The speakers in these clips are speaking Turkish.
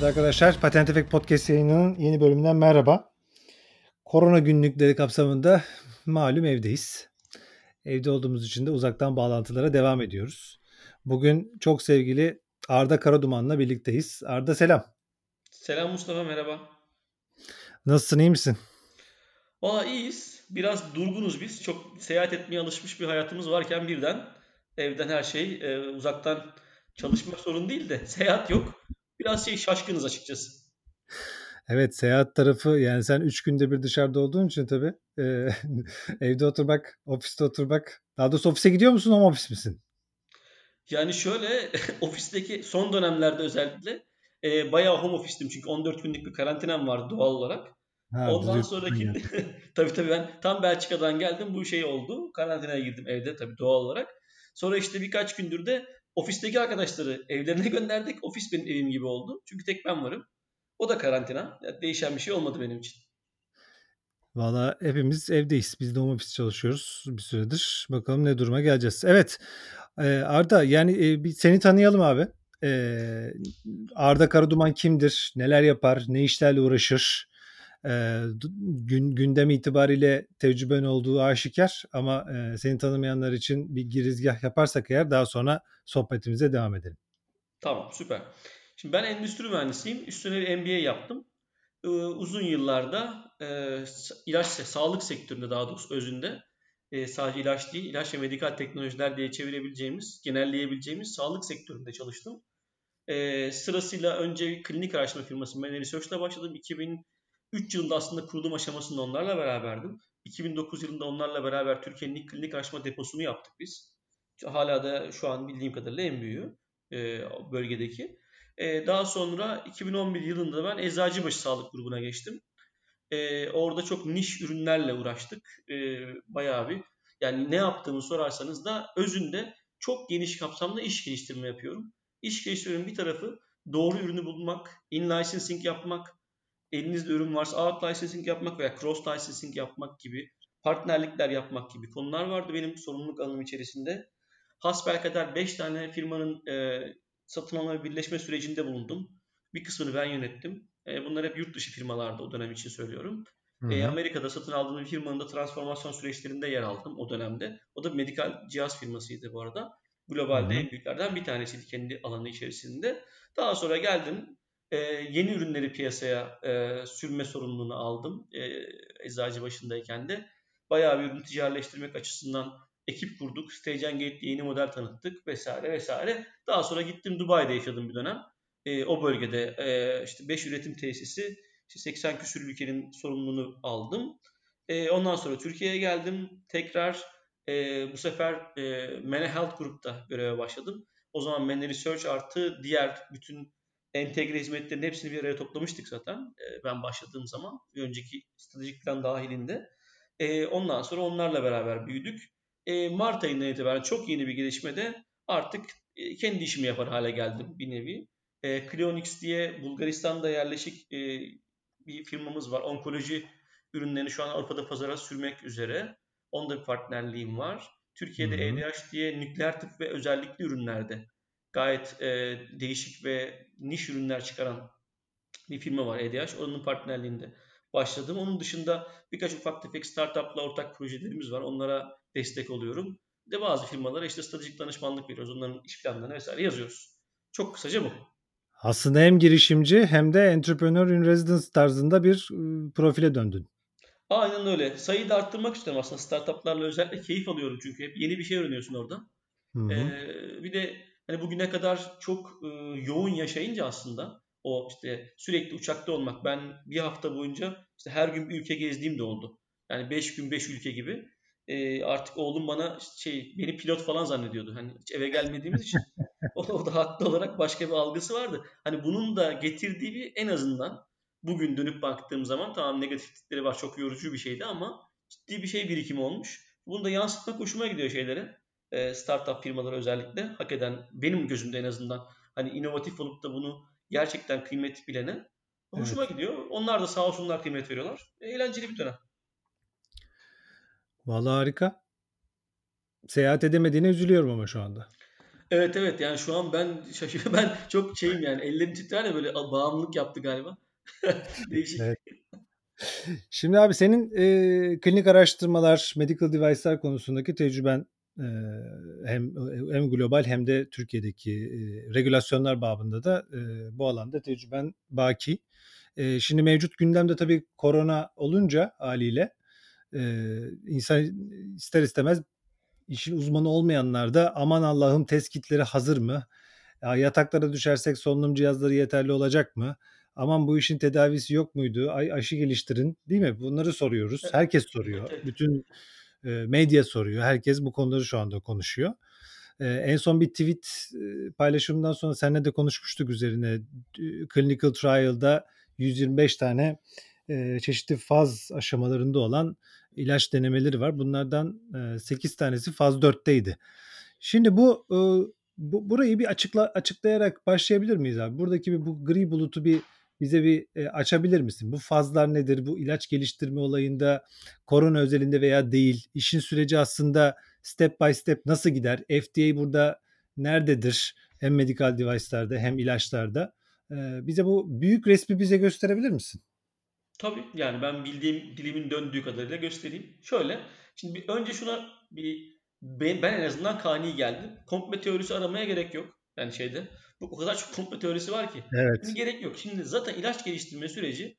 Arkadaşlar, Patent Efekt Podcast yayınının yeni bölümünden merhaba. Korona günlükleri kapsamında malum evdeyiz. Evde olduğumuz için de uzaktan bağlantılara devam ediyoruz. Bugün çok sevgili Arda Karaduman'la birlikteyiz. Arda selam. Selam Mustafa, merhaba. Nasılsın, iyi misin? Valla iyiyiz. Biraz durgunuz biz. Çok seyahat etmeye alışmış bir hayatımız varken birden evden her şey uzaktan çalışmak sorun değil de seyahat yok. Biraz şaşkınız açıkçası. Evet, seyahat tarafı yani sen 3 günde bir dışarıda olduğun için tabii evde oturmak, ofiste oturmak. Daha doğrusu ofise gidiyor musun, home office misin? Yani şöyle ofisteki son dönemlerde özellikle bayağı home office'tim çünkü 14 günlük bir karantinam vardı doğal olarak. Ha, Ondan aynen. sonrakinde tabii ben tam Belçika'dan geldim bu şey oldu. Karantinaya girdim evde tabii doğal olarak. Sonra işte birkaç gündür de ofisteki arkadaşları evlerine gönderdik. Ofis benim evim gibi oldu. Çünkü tek ben varım. O da karantina. Yani değişen bir şey olmadı benim için. Valla hepimiz evdeyiz. Biz de home office çalışıyoruz bir süredir. Bakalım ne duruma geleceğiz. Evet, Arda yani bir seni tanıyalım abi. Eee, Arda Karaduman kimdir? Neler yapar? Ne işlerle uğraşır? Gündem itibariyle tecrüben olduğu aşikar ama seni tanımayanlar için bir girizgah yaparsak eğer daha sonra sohbetimize devam edelim. Tamam, süper. Şimdi ben endüstri mühendisiyim. Üstüne bir MBA yaptım. Uzun yıllarda sağlık sektöründe daha doğrusu özünde sadece ilaç değil, ilaç ve medikal teknolojiler diye çevirebileceğimiz, genelleyebileceğimiz sağlık sektöründe çalıştım. Sırasıyla önce bir klinik araştırma firması Mene Research'la başladım. 2003 yılında aslında kurulum aşamasında onlarla beraberdim. 2009 yılında onlarla beraber Türkiye'nin ilk klinik araştırma deposunu yaptık biz. Hala da şu an bildiğim kadarıyla en büyüğü bölgedeki. Daha sonra 2011 yılında ben Eczacıbaşı Sağlık Grubu'na geçtim. Orada çok niş ürünlerle uğraştık. Bayağı bir. Yani ne yaptığımı sorarsanız da özünde çok geniş kapsamda iş geliştirme yapıyorum. İş geliştirmenin bir tarafı doğru ürünü bulmak, in-licensing yapmak, elinizde ürün varsa out licensing yapmak veya cross licensing yapmak gibi, partnerlikler yapmak gibi konular vardı benim sorumluluk alanım içerisinde. Hasbelkader 5 tane firmanın satın alma ve birleşme sürecinde bulundum. Bir kısmını ben yönettim. Bunlar hep yurt dışı firmalardı o dönem için söylüyorum. Hı hı. Amerika'da satın aldığım bir firmanın da transformasyon süreçlerinde yer aldım o dönemde. O da medikal cihaz firmasıydı bu arada. Hı Globalde hı. en büyüklerden bir tanesiydi kendi alanı içerisinde. Daha sonra geldim. Yeni ürünleri piyasaya sürme sorumluluğunu aldım. Eczacı başındayken de. Bayağı bir ürün ticaretleştirmek açısından ekip kurduk. Stage Gate diye yeni model tanıttık vesaire vesaire. Daha sonra gittim Dubai'de yaşadım bir dönem. O bölgede işte 5 üretim tesisi, işte 80 küsur ülkenin sorumluluğunu aldım. Ondan sonra Türkiye'ye geldim. Tekrar bu sefer Mene Health Group'ta göreve başladım. O zaman Mene Research artı diğer bütün entegre hizmetlerin hepsini bir araya toplamıştık zaten. Ben başladığım zaman bir önceki stratejik plan dahilinde. Ondan sonra onlarla beraber büyüdük. Mart ayından itibaren çok yeni bir gelişmede artık kendi işimi yapar hale geldim bir nevi. Cleonix diye Bulgaristan'da yerleşik bir firmamız var. Onkoloji ürünlerini şu an Avrupa'da pazara sürmek üzere. Onda bir partnerliğim var. Hı Türkiye'de hı. EDH diye nükleer tıp ve özellikli ürünlerde gayet değişik ve niş ürünler çıkaran bir firma var EDH. Onun partnerliğinde başladım. Onun dışında birkaç ufak tefek startupla ortak projelerimiz var. Onlara destek oluyorum. Bir de bazı firmalara işte stratejik danışmanlık veriyoruz. Onların iş planlarını vesaire yazıyoruz. Çok kısaca bu. Aslında hem girişimci hem de entrepreneur in residence tarzında bir profile döndün. Aynen öyle. Sayıyı da arttırmak istiyorum aslında startuplarla özellikle keyif alıyorum çünkü hep yeni bir şey öğreniyorsun orada. Hı hı. Bir de hani bugüne kadar çok yoğun yaşayınca aslında o işte sürekli uçakta olmak. Ben bir hafta boyunca işte her gün bir ülke gezdiğim de oldu. Yani 5 gün 5 ülke gibi. Artık oğlum bana beni pilot falan zannediyordu. Hani hiç eve gelmediğimiz için o da haklı olarak başka bir algısı vardı. Hani bunun da getirdiği bir en azından bugün dönüp baktığım zaman tamam negatiflikleri var çok yorucu bir şeydi ama ciddi bir şey birikimi olmuş. Bunu da yansıtmak hoşuma gidiyor şeylere startup firmaları özellikle hak eden benim gözümde en azından hani inovatif olup da bunu gerçekten kıymet bilene hoşuma Evet. gidiyor. Onlar da sağ olsunlar kıymet veriyorlar. Eğlenceli bir dönem. Vallahi harika. Seyahat edemediğine üzülüyorum ama şu anda. Evet, evet, yani şu an ben şaşırıyorum. Ben çok şeyim yani, ellerim titrer ya, böyle bağımlılık yaptı galiba. Değişik. Evet. Şimdi abi senin klinik araştırmalar, medical device'lar konusundaki tecrüben e, hem global hem de Türkiye'deki regülasyonlar babında da bu alanda tecrüben baki. Şimdi mevcut gündemde tabii korona olunca haliyle insan ister istemez işin uzmanı olmayanlar da aman Allah'ım test kitleri hazır mı? Ya yataklara düşersek solunum cihazları yeterli olacak mı? Aman bu işin tedavisi yok muydu? Ay aşı geliştirin, değil mi? Bunları soruyoruz. Evet, Herkes evet, soruyor. evet. Bütün medya soruyor. Herkes bu konuları şu anda konuşuyor. En son bir tweet paylaşımından sonra seninle de konuşmuştuk üzerine. Clinical Trial'da 125 tane çeşitli faz aşamalarında olan ilaç denemeleri var. Bunlardan 8 tanesi faz 4'teydi. Şimdi burayı bir açıklayarak başlayabilir miyiz abi? Buradaki bu gri bulutu bize açabilir misin? Bu fazlar nedir? Bu ilaç geliştirme olayında korona özelinde veya değil. İşin süreci aslında step by step nasıl gider? FDA burada nerededir? Hem medical device'larda hem ilaçlarda. Bize bu büyük resmi bize gösterebilir misin? Tabii, yani ben bildiğim, dilimin döndüğü kadarıyla göstereyim. Şöyle, şimdi önce şuna ben en azından kani geldim. Komple teorisi aramaya gerek yok. Yani şeyde, bu o kadar çok komple teorisi var ki. Şimdi Evet. gerek yok. Şimdi zaten ilaç geliştirme süreci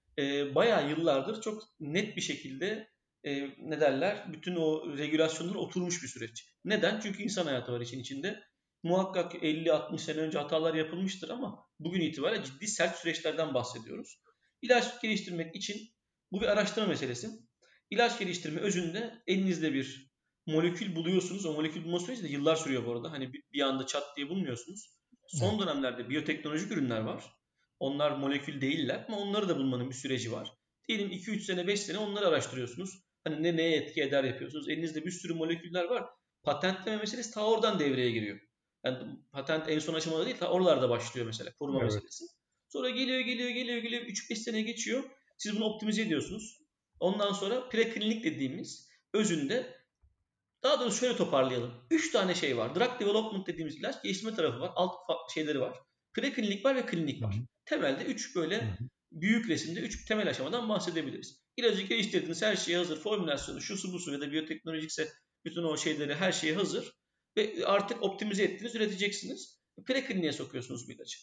bayağı yıllardır çok net bir şekilde ne derler, bütün o regülasyonlar oturmuş bir süreç. Neden? Çünkü insan hayatı var işin içinde. Muhakkak 50-60 sene önce hatalar yapılmıştır ama bugün itibariyle ciddi sert süreçlerden bahsediyoruz. İlaç geliştirmek için bu bir araştırma meselesi. İlaç geliştirme özünde elinizde bir molekül buluyorsunuz. O molekül bulma süreci de yıllar sürüyor bu arada. Hani bir anda çat diye bulmuyorsunuz. Son Evet. dönemlerde biyoteknolojik ürünler var. Onlar molekül değiller ama onları da bulmanın bir süreci var. Diyelim 2-3 sene, 5 sene onları araştırıyorsunuz. Hani neye etki eder yapıyorsunuz. Elinizde bir sürü moleküller var. Patentleme meselesi ta oradan devreye giriyor. Yani patent en son aşamada değil, ta oralarda başlıyor mesela koruma Evet. meselesi. Sonra geliyor 3-5 sene geçiyor. Siz bunu optimize ediyorsunuz. Ondan sonra preklinik dediğimiz özünde, daha doğrusu şöyle toparlayalım. 3 tane şey var. Drug development dediğimiz ilaç geliştirme tarafı var. Alt şeyleri var. Preklinik var ve klinik Hı var. hı. Temelde 3 Hı böyle hı. büyük resimde 3 temel aşamadan bahsedebiliriz. İlacı geliştirdiniz, her şeye hazır. Formülasyonu, şusu busu ya da biyoteknolojikse bütün o şeyleri, her şeye hazır. Ve artık optimize ettiniz, üreteceksiniz. Prekliniğe sokuyorsunuz bu ilacı.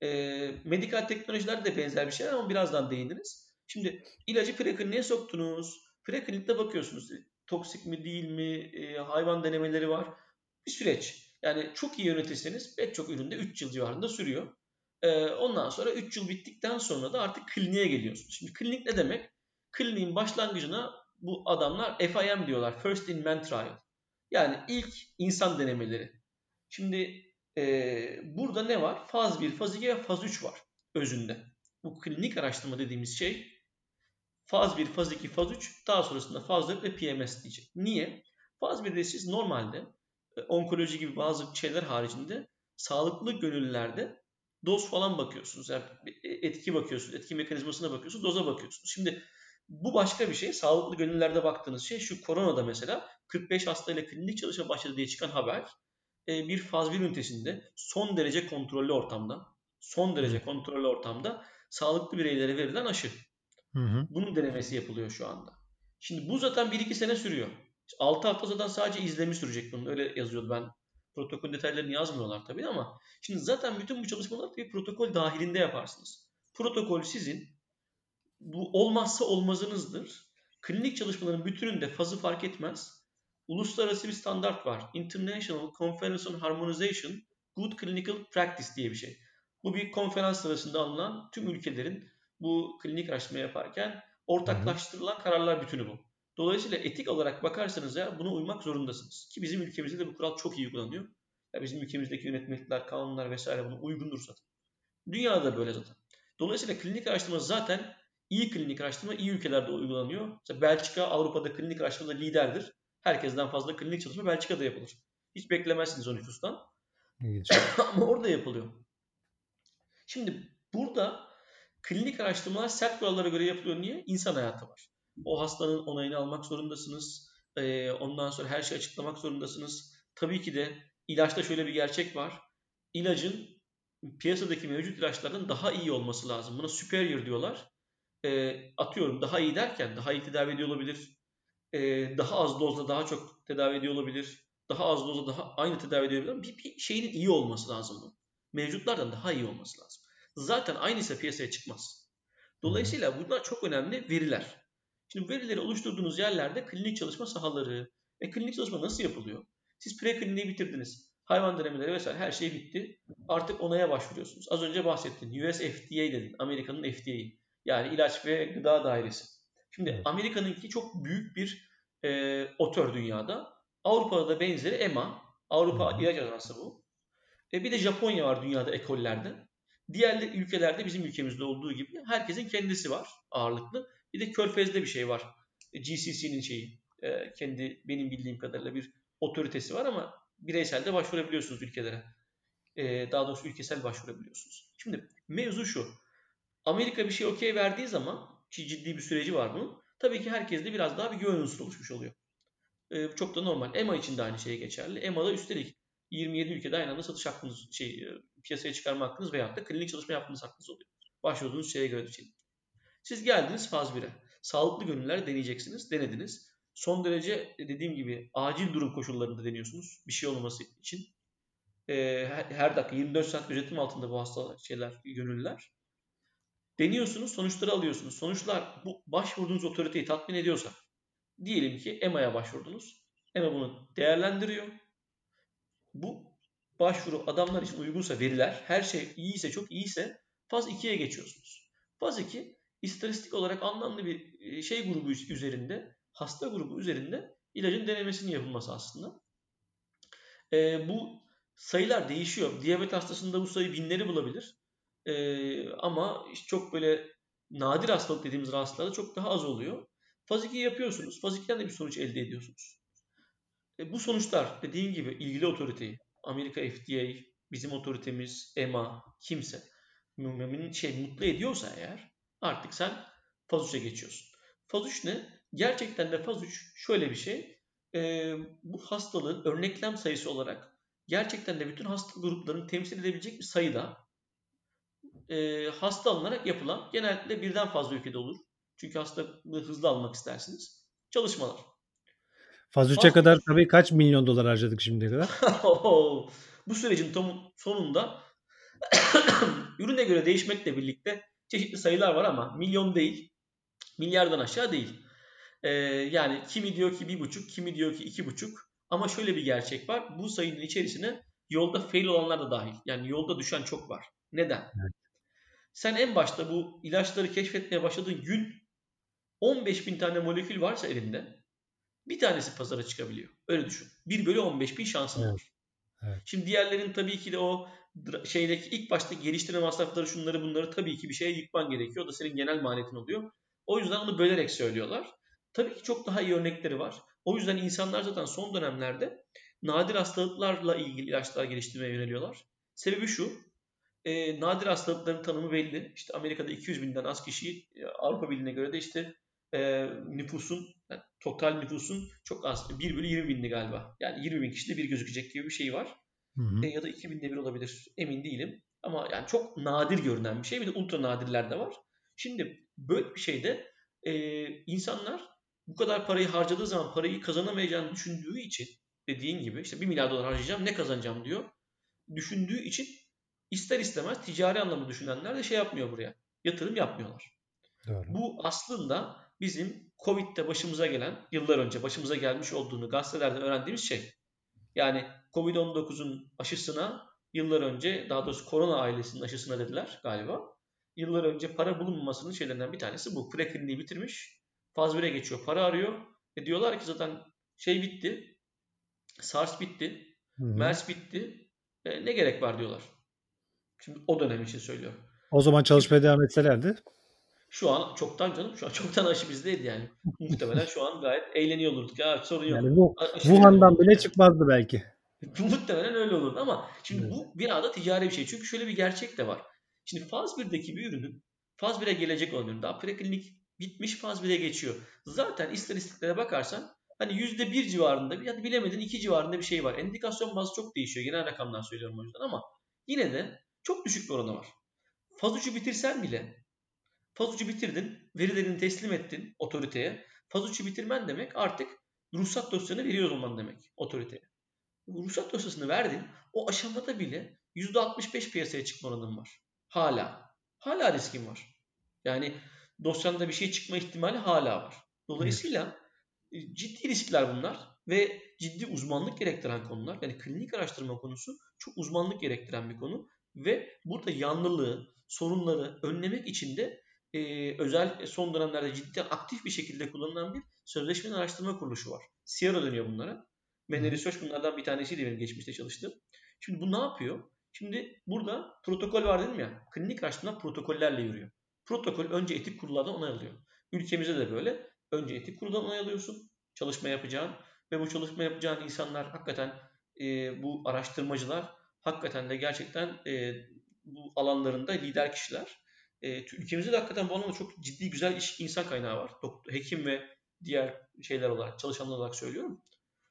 Medikal teknolojilerde de benzer bir şey var ama birazdan değiniriz. Şimdi ilacı prekliniğe soktunuz. Preklinikte bakıyorsunuz. Toksik mi değil mi? Hayvan denemeleri var. Bir süreç. Yani çok iyi yönetirseniz pek çok üründe 3 yıl civarında sürüyor. Ondan sonra 3 yıl bittikten sonra da artık kliniğe geliyorsunuz. Şimdi klinik ne demek? Kliniğin başlangıcına bu adamlar FIM diyorlar. First in Man Trial. Yani ilk insan denemeleri. Şimdi burada ne var? Faz 1, faz 2 ve faz 3 var özünde. Bu klinik araştırma dediğimiz şey faz 1, faz 2, faz 3, daha sonrasında faz 4 ve PMS diyecek. Niye? Faz 1'de siz normalde onkoloji gibi bazı şeyler haricinde sağlıklı gönüllülerde doz falan bakıyorsunuz. Yani etki bakıyorsunuz, etki mekanizmasına bakıyorsunuz, doza bakıyorsunuz. Şimdi bu başka bir şey. Sağlıklı gönüllülerde baktığınız şey şu: koronada mesela 45 hastayla klinik çalışma başladı diye çıkan haber bir faz 1 ünitesinde son Hı derece kontrollü ortamda sağlıklı bireylere verilen aşı. hı. Bunun denemesi yapılıyor şu anda. Şimdi bu zaten 1-2 sene sürüyor. 6 hafta zaten sadece izlemi sürecek bunun. Öyle yazıyordu ben. Protokol detaylarını yazmıyorlar tabii ama şimdi zaten bütün bu çalışmaları bir protokol dahilinde yaparsınız. Protokol sizin, bu olmazsa olmazınızdır. Klinik çalışmaların bütününde fazı fark etmez. Uluslararası bir standart var. International Conference on Harmonization Good Clinical Practice diye bir şey. Bu bir konferans sırasında alınan tüm ülkelerin bu klinik araştırma yaparken Hı hı. ortaklaştırılan kararlar bütünü bu. Dolayısıyla etik olarak bakarsanız ya buna uymak zorundasınız. Ki bizim ülkemizde de bu kural çok iyi uygulanıyor. Ya bizim ülkemizdeki yönetmelikler, kanunlar vesaire buna uygundur zaten. Dünyada böyle zaten. Dolayısıyla klinik araştırma zaten iyi klinik araştırma iyi ülkelerde uygulanıyor. Mesela Belçika Avrupa'da klinik araştırmada liderdir. Herkesten fazla klinik çalışma Belçika'da yapılır. Hiç beklemezsiniz o nüfustan. İlginç. Ama orada yapılıyor. Şimdi burada klinik araştırmalar sert kurallara göre yapılıyor. Niye? İnsan hayatı var. O hastanın onayını almak zorundasınız. Ondan sonra her şeyi açıklamak zorundasınız. Tabii ki de ilaçta şöyle bir gerçek var. İlacın piyasadaki mevcut ilaçlardan daha iyi olması lazım. Buna superior diyorlar. Atıyorum daha iyi derken daha iyi tedavi ediyor olabilir. Daha az dozla daha çok tedavi ediyor olabilir. Daha az dozla daha aynı tedavi ediyor olabilir. Bir şeyin iyi olması lazım bu. Mevcutlardan daha iyi olması lazım. Zaten aynıysa piyasaya çıkmaz. Hı hı. Dolayısıyla bunlar çok önemli veriler. Şimdi verileri oluşturduğunuz yerlerde klinik çalışma sahaları klinik çalışma nasıl yapılıyor? Siz prekliniği bitirdiniz. Hayvan denemeleri vesaire her şey bitti. Artık onaya başvuruyorsunuz. Az önce bahsettin. US FDA dedin. Amerika'nın FDA'yi. Yani İlaç ve Gıda Dairesi. Şimdi Evet. Amerika'nınki çok büyük bir otör dünyada. Avrupa'da da benzeri EMA. Hı Avrupa hı. İlaç Ajansı bu. Bir de Japonya var dünyada ekollerde. Diğer ülkelerde bizim ülkemizde olduğu gibi herkesin kendisi var ağırlıklı. Bir de Körfez'de bir şey var. GCC'nin şeyi. Kendi benim bildiğim kadarıyla bir otoritesi var ama bireysel de başvurabiliyorsunuz ülkelere. Daha doğrusu ülkesel başvurabiliyorsunuz. Şimdi mevzu şu. Amerika bir şey okey verdiği zaman ki ciddi bir süreci var bunun. Tabii ki herkeste biraz daha bir güven unsuru oluşmuş oluyor. Çok da normal. EMA için de aynı şey geçerli. EMA'da üstelik 27 ülkede aynı anda satış hakkınız, piyasaya çıkarma hakkınız veyahut da klinik çalışma yapmanız hakkınız oluyor. Başvurduğunuz şeye göre şey. Siz geldiniz faz 1'e. Sağlıklı gönüller deneyeceksiniz. Denediniz. Son derece dediğim gibi acil durum koşullarında deniyorsunuz. Bir şey olmaması için. Her dakika 24 saat gözetim altında bu hasta şeyler, gönüllüler. Deniyorsunuz, sonuçları alıyorsunuz. Sonuçlar bu başvurduğunuz otoriteyi tatmin ediyorsa, diyelim ki EMA'ya başvurdunuz. EMA bunu değerlendiriyor. Bu başvuru adamlar için uygunsa veriler, her şey iyiyse çok iyiyse faz 2'ye geçiyorsunuz. Faz 2 istatistik olarak anlamlı bir şey grubu üzerinde, hasta grubu üzerinde ilacın denemesinin yapılması aslında. Bu sayılar değişiyor. Diyabet hastasında bu sayı binleri bulabilir. Ama işte çok böyle nadir hastalık dediğimiz rahatsızlarda çok daha az oluyor. Faz 2 yapıyorsunuz. Faz 2'den de bir sonuç elde ediyorsunuz. Bu sonuçlar dediğim gibi ilgili otoriteyi, Amerika FDA, bizim otoritemiz, EMA, kimse mutlu ediyorsa eğer artık sen faz 3'e geçiyorsun. Faz 3 ne? Gerçekten de faz 3 şöyle bir şey. Bu hastalığın örneklem sayısı olarak gerçekten de bütün hasta gruplarını temsil edebilecek bir sayıda hasta alınarak yapılan genellikle birden fazla ülkede olur. Çünkü hastalığı hızlı almak istersiniz. Çalışmalar. Faz 3'e Faz kadar 3 tabii kaç milyon dolar harcadık şimdiye kadar? bu sürecin sonunda ürüne göre değişmekle birlikte çeşitli sayılar var ama milyon değil, milyardan aşağı değil. Yani kimi diyor ki 1,5, kimi diyor ki 2,5. Ama şöyle bir gerçek var. Bu sayının içerisine yolda fail olanlar da dahil. Yani yolda düşen çok var. Neden? Evet. Sen en başta bu ilaçları keşfetmeye başladığın gün 15 bin tane molekül varsa elinde bir tanesi pazara çıkabiliyor. Öyle düşün. 1 bölü 15 bin şansın Evet. var. Evet. Şimdi diğerlerin tabii ki de o şeydeki ilk başta geliştirme masrafları şunları bunları tabii ki bir şeye yıkman gerekiyor. O da senin genel maliyetin oluyor. O yüzden onu bölerek söylüyorlar. Tabii ki çok daha iyi örnekleri var. O yüzden insanlar zaten son dönemlerde nadir hastalıklarla ilgili ilaçlar geliştirmeye yöneliyorlar. Sebebi şu, nadir hastalıkların tanımı belli. İşte Amerika'da 200 binden az kişiyi, Avrupa Birliği'ne göre de işte nüfusun, yani total nüfusun çok az. 1 bölü 20 bindi galiba. Yani 20 bin kişide bir gözükecek gibi bir şey var. Hı hı. Ya da 2000'de bir olabilir. Emin değilim. Ama yani çok nadir görünen bir şey. Bir de ultra nadirler de var. Şimdi böyle bir şeyde insanlar bu kadar parayı harcadığı zaman parayı kazanamayacağını düşündüğü için dediğin gibi işte 1 milyar dolar harcayacağım ne kazanacağım diyor. Düşündüğü için ister istemez ticari anlamda düşünenler de şey yapmıyor buraya. Yatırım yapmıyorlar. Doğru. Bu aslında bizim Covid'de başımıza gelen, yıllar önce başımıza gelmiş olduğunu gazetelerden öğrendiğimiz şey. Yani Covid-19'un aşısına yıllar önce, daha doğrusu korona ailesinin aşısına dediler galiba. Yıllar önce para bulunmamasının şeylerinden bir tanesi bu. Prekliniği bitirmiş. Faz 1'e geçiyor. Para arıyor. Diyorlar ki zaten şey bitti. SARS bitti. Hı hı. MERS bitti. Ne gerek var diyorlar. Şimdi o dönem için söylüyorum. O zaman Şimdi çalışmaya devam etselerdi. şu an çoktan canım. Şu an çoktan aşı bizdeydi yani. Muhtemelen şu an gayet eğleniyor olurduk. Ya sorun Yani yok. bu Aşı verelim Wuhan'dan olurduk bile yani. çıkmazdı belki. Muhtemelen öyle olurdu ama şimdi Evet. bu bir anda ticari bir şey. Çünkü şöyle bir gerçek de var. Şimdi faz 1'deki bir ürünün faz 1'e gelecek olan ürün daha preklinik bitmiş faz 1'e geçiyor. Zaten istatistiklere bakarsan Hani %1 civarında, hadi bilemedin 2 civarında bir şey var. Endikasyon bazı çok değişiyor. Genel rakamlar söylüyorum o yüzden ama yine de çok düşük bir oranı var. Faz 3'ü bitirsen bile, faz 3'ü bitirdin, verilerini teslim ettin otoriteye. Faz 3'ü bitirmen demek artık ruhsat dosyanı veriyor olman demek otoriteye. Ruhsat dosyasını verdin, o aşamada bile %65 piyasaya çıkma oranın var. Hala. Hala riskin var. Yani dosyanda bir şey çıkma ihtimali hala var. Evet. Dolayısıyla ciddi riskler bunlar ve ciddi uzmanlık gerektiren konular. Yani klinik araştırma konusu çok uzmanlık gerektiren bir konu ve burada yanlılığı, sorunları önlemek için de özel son dönemlerde ciddi aktif bir şekilde kullanılan bir sözleşmeli araştırma kuruluşu var. CRO deniyor bunlara. Hı Mene hı. Research bunlardan bir tanesiydi benim geçmişte çalıştığım. Şimdi bu ne yapıyor? Şimdi burada protokol var dedim ya. Klinik araştırma protokollerle yürüyor. Protokol önce etik kurullardan onay alıyor. Ülkemizde de böyle. Önce etik kuruldan onay alıyorsun. Çalışma yapacağın ve bu çalışma yapacağın insanlar hakikaten bu araştırmacılar hakikaten de gerçekten bu alanlarında lider kişiler. Ülkemizde de hakikaten bu alanda çok ciddi güzel insan kaynağı var. Doktor, hekim ve diğer şeyler olarak, çalışanlar olarak söylüyorum.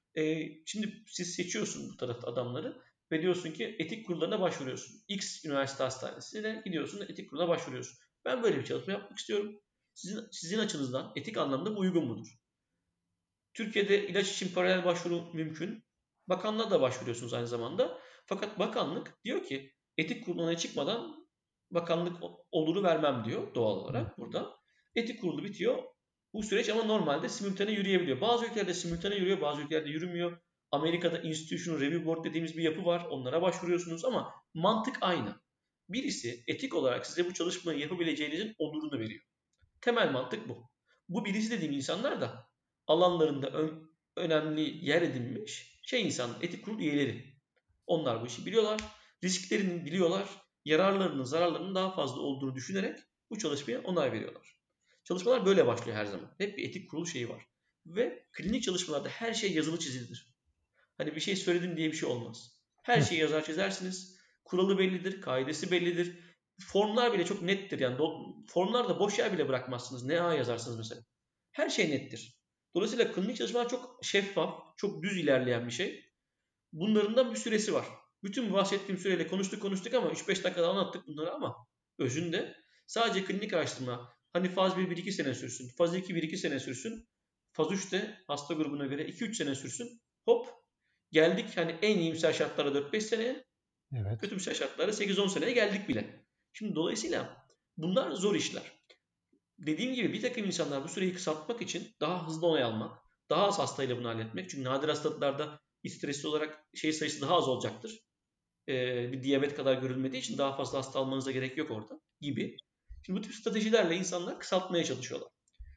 Şimdi siz seçiyorsun bu tarafta adamları ve diyorsun ki etik kurullarına başvuruyorsun. X üniversite hastanesine gidiyorsun, etik kuruluna başvuruyorsun. Ben böyle bir çalışma yapmak istiyorum. Sizin açınızdan etik anlamda bu uygun mudur? Türkiye'de ilaç için paralel başvuru mümkün. Bakanlığa da başvuruyorsunuz aynı zamanda. Fakat bakanlık diyor ki etik kuruluna çıkmadan bakanlık oluru vermem diyor doğal Hı. olarak burada. Etik kurulu bitiyor. Bu süreç ama normalde simultane yürüyebiliyor. Bazı ülkelerde simultane yürüyor, bazı ülkelerde yürümüyor. Amerika'da Institutional Review Board dediğimiz bir yapı var. Onlara başvuruyorsunuz ama mantık aynı. Birisi etik olarak size bu çalışmayı yapabileceğinizin onurunu veriyor. Temel mantık bu. Bu birisi dediğim insanlar da alanlarında önemli yer edinmiş insan, etik kurul üyeleri. Onlar bu işi biliyorlar, risklerini biliyorlar, yararlarının, zararlarının daha fazla olduğunu düşünerek bu çalışmaya onay veriyorlar. Çalışmalar böyle başlıyor her zaman. Hep bir etik kurulu şeyi var. Ve klinik çalışmalarda her şey yazılı çizilir. Hani bir şey söyledim diye bir şey olmaz. Her şeyi yazar çizersiniz. Kuralı bellidir, kaidesi bellidir. Formlar bile çok nettir. Yani formlarda boş yer bile bırakmazsınız. Ne A yazarsınız mesela. Her şey nettir. Dolayısıyla klinik çalışmalar çok şeffaf, çok düz ilerleyen bir şey. Bunların da bir süresi var. Bütün bu bahsettiğim süreyle konuştuk ama 3-5 dakikada anlattık bunları ama özünde sadece klinik araştırma hani faz 1-2 sene sürsün, faz 2 1-2 sene sürsün, faz 3 de hasta grubuna göre 2-3 sene sürsün. Hop geldik hani en iyimser şartlara 4-5 seneye, Evet. kötümser şartlara 8-10 seneye geldik bile. Şimdi dolayısıyla bunlar zor işler. Dediğim gibi bir takım insanlar bu süreyi kısaltmak için daha hızlı onay almak, daha az hastayla bunu halletmek. Çünkü nadir hastalıklarda stresli olarak sayısı daha az olacaktır. Bir diyabet kadar görülmediği için daha fazla hasta almanıza gerek yok orada gibi. Şimdi bu tip stratejilerle insanlar kısaltmaya çalışıyorlar.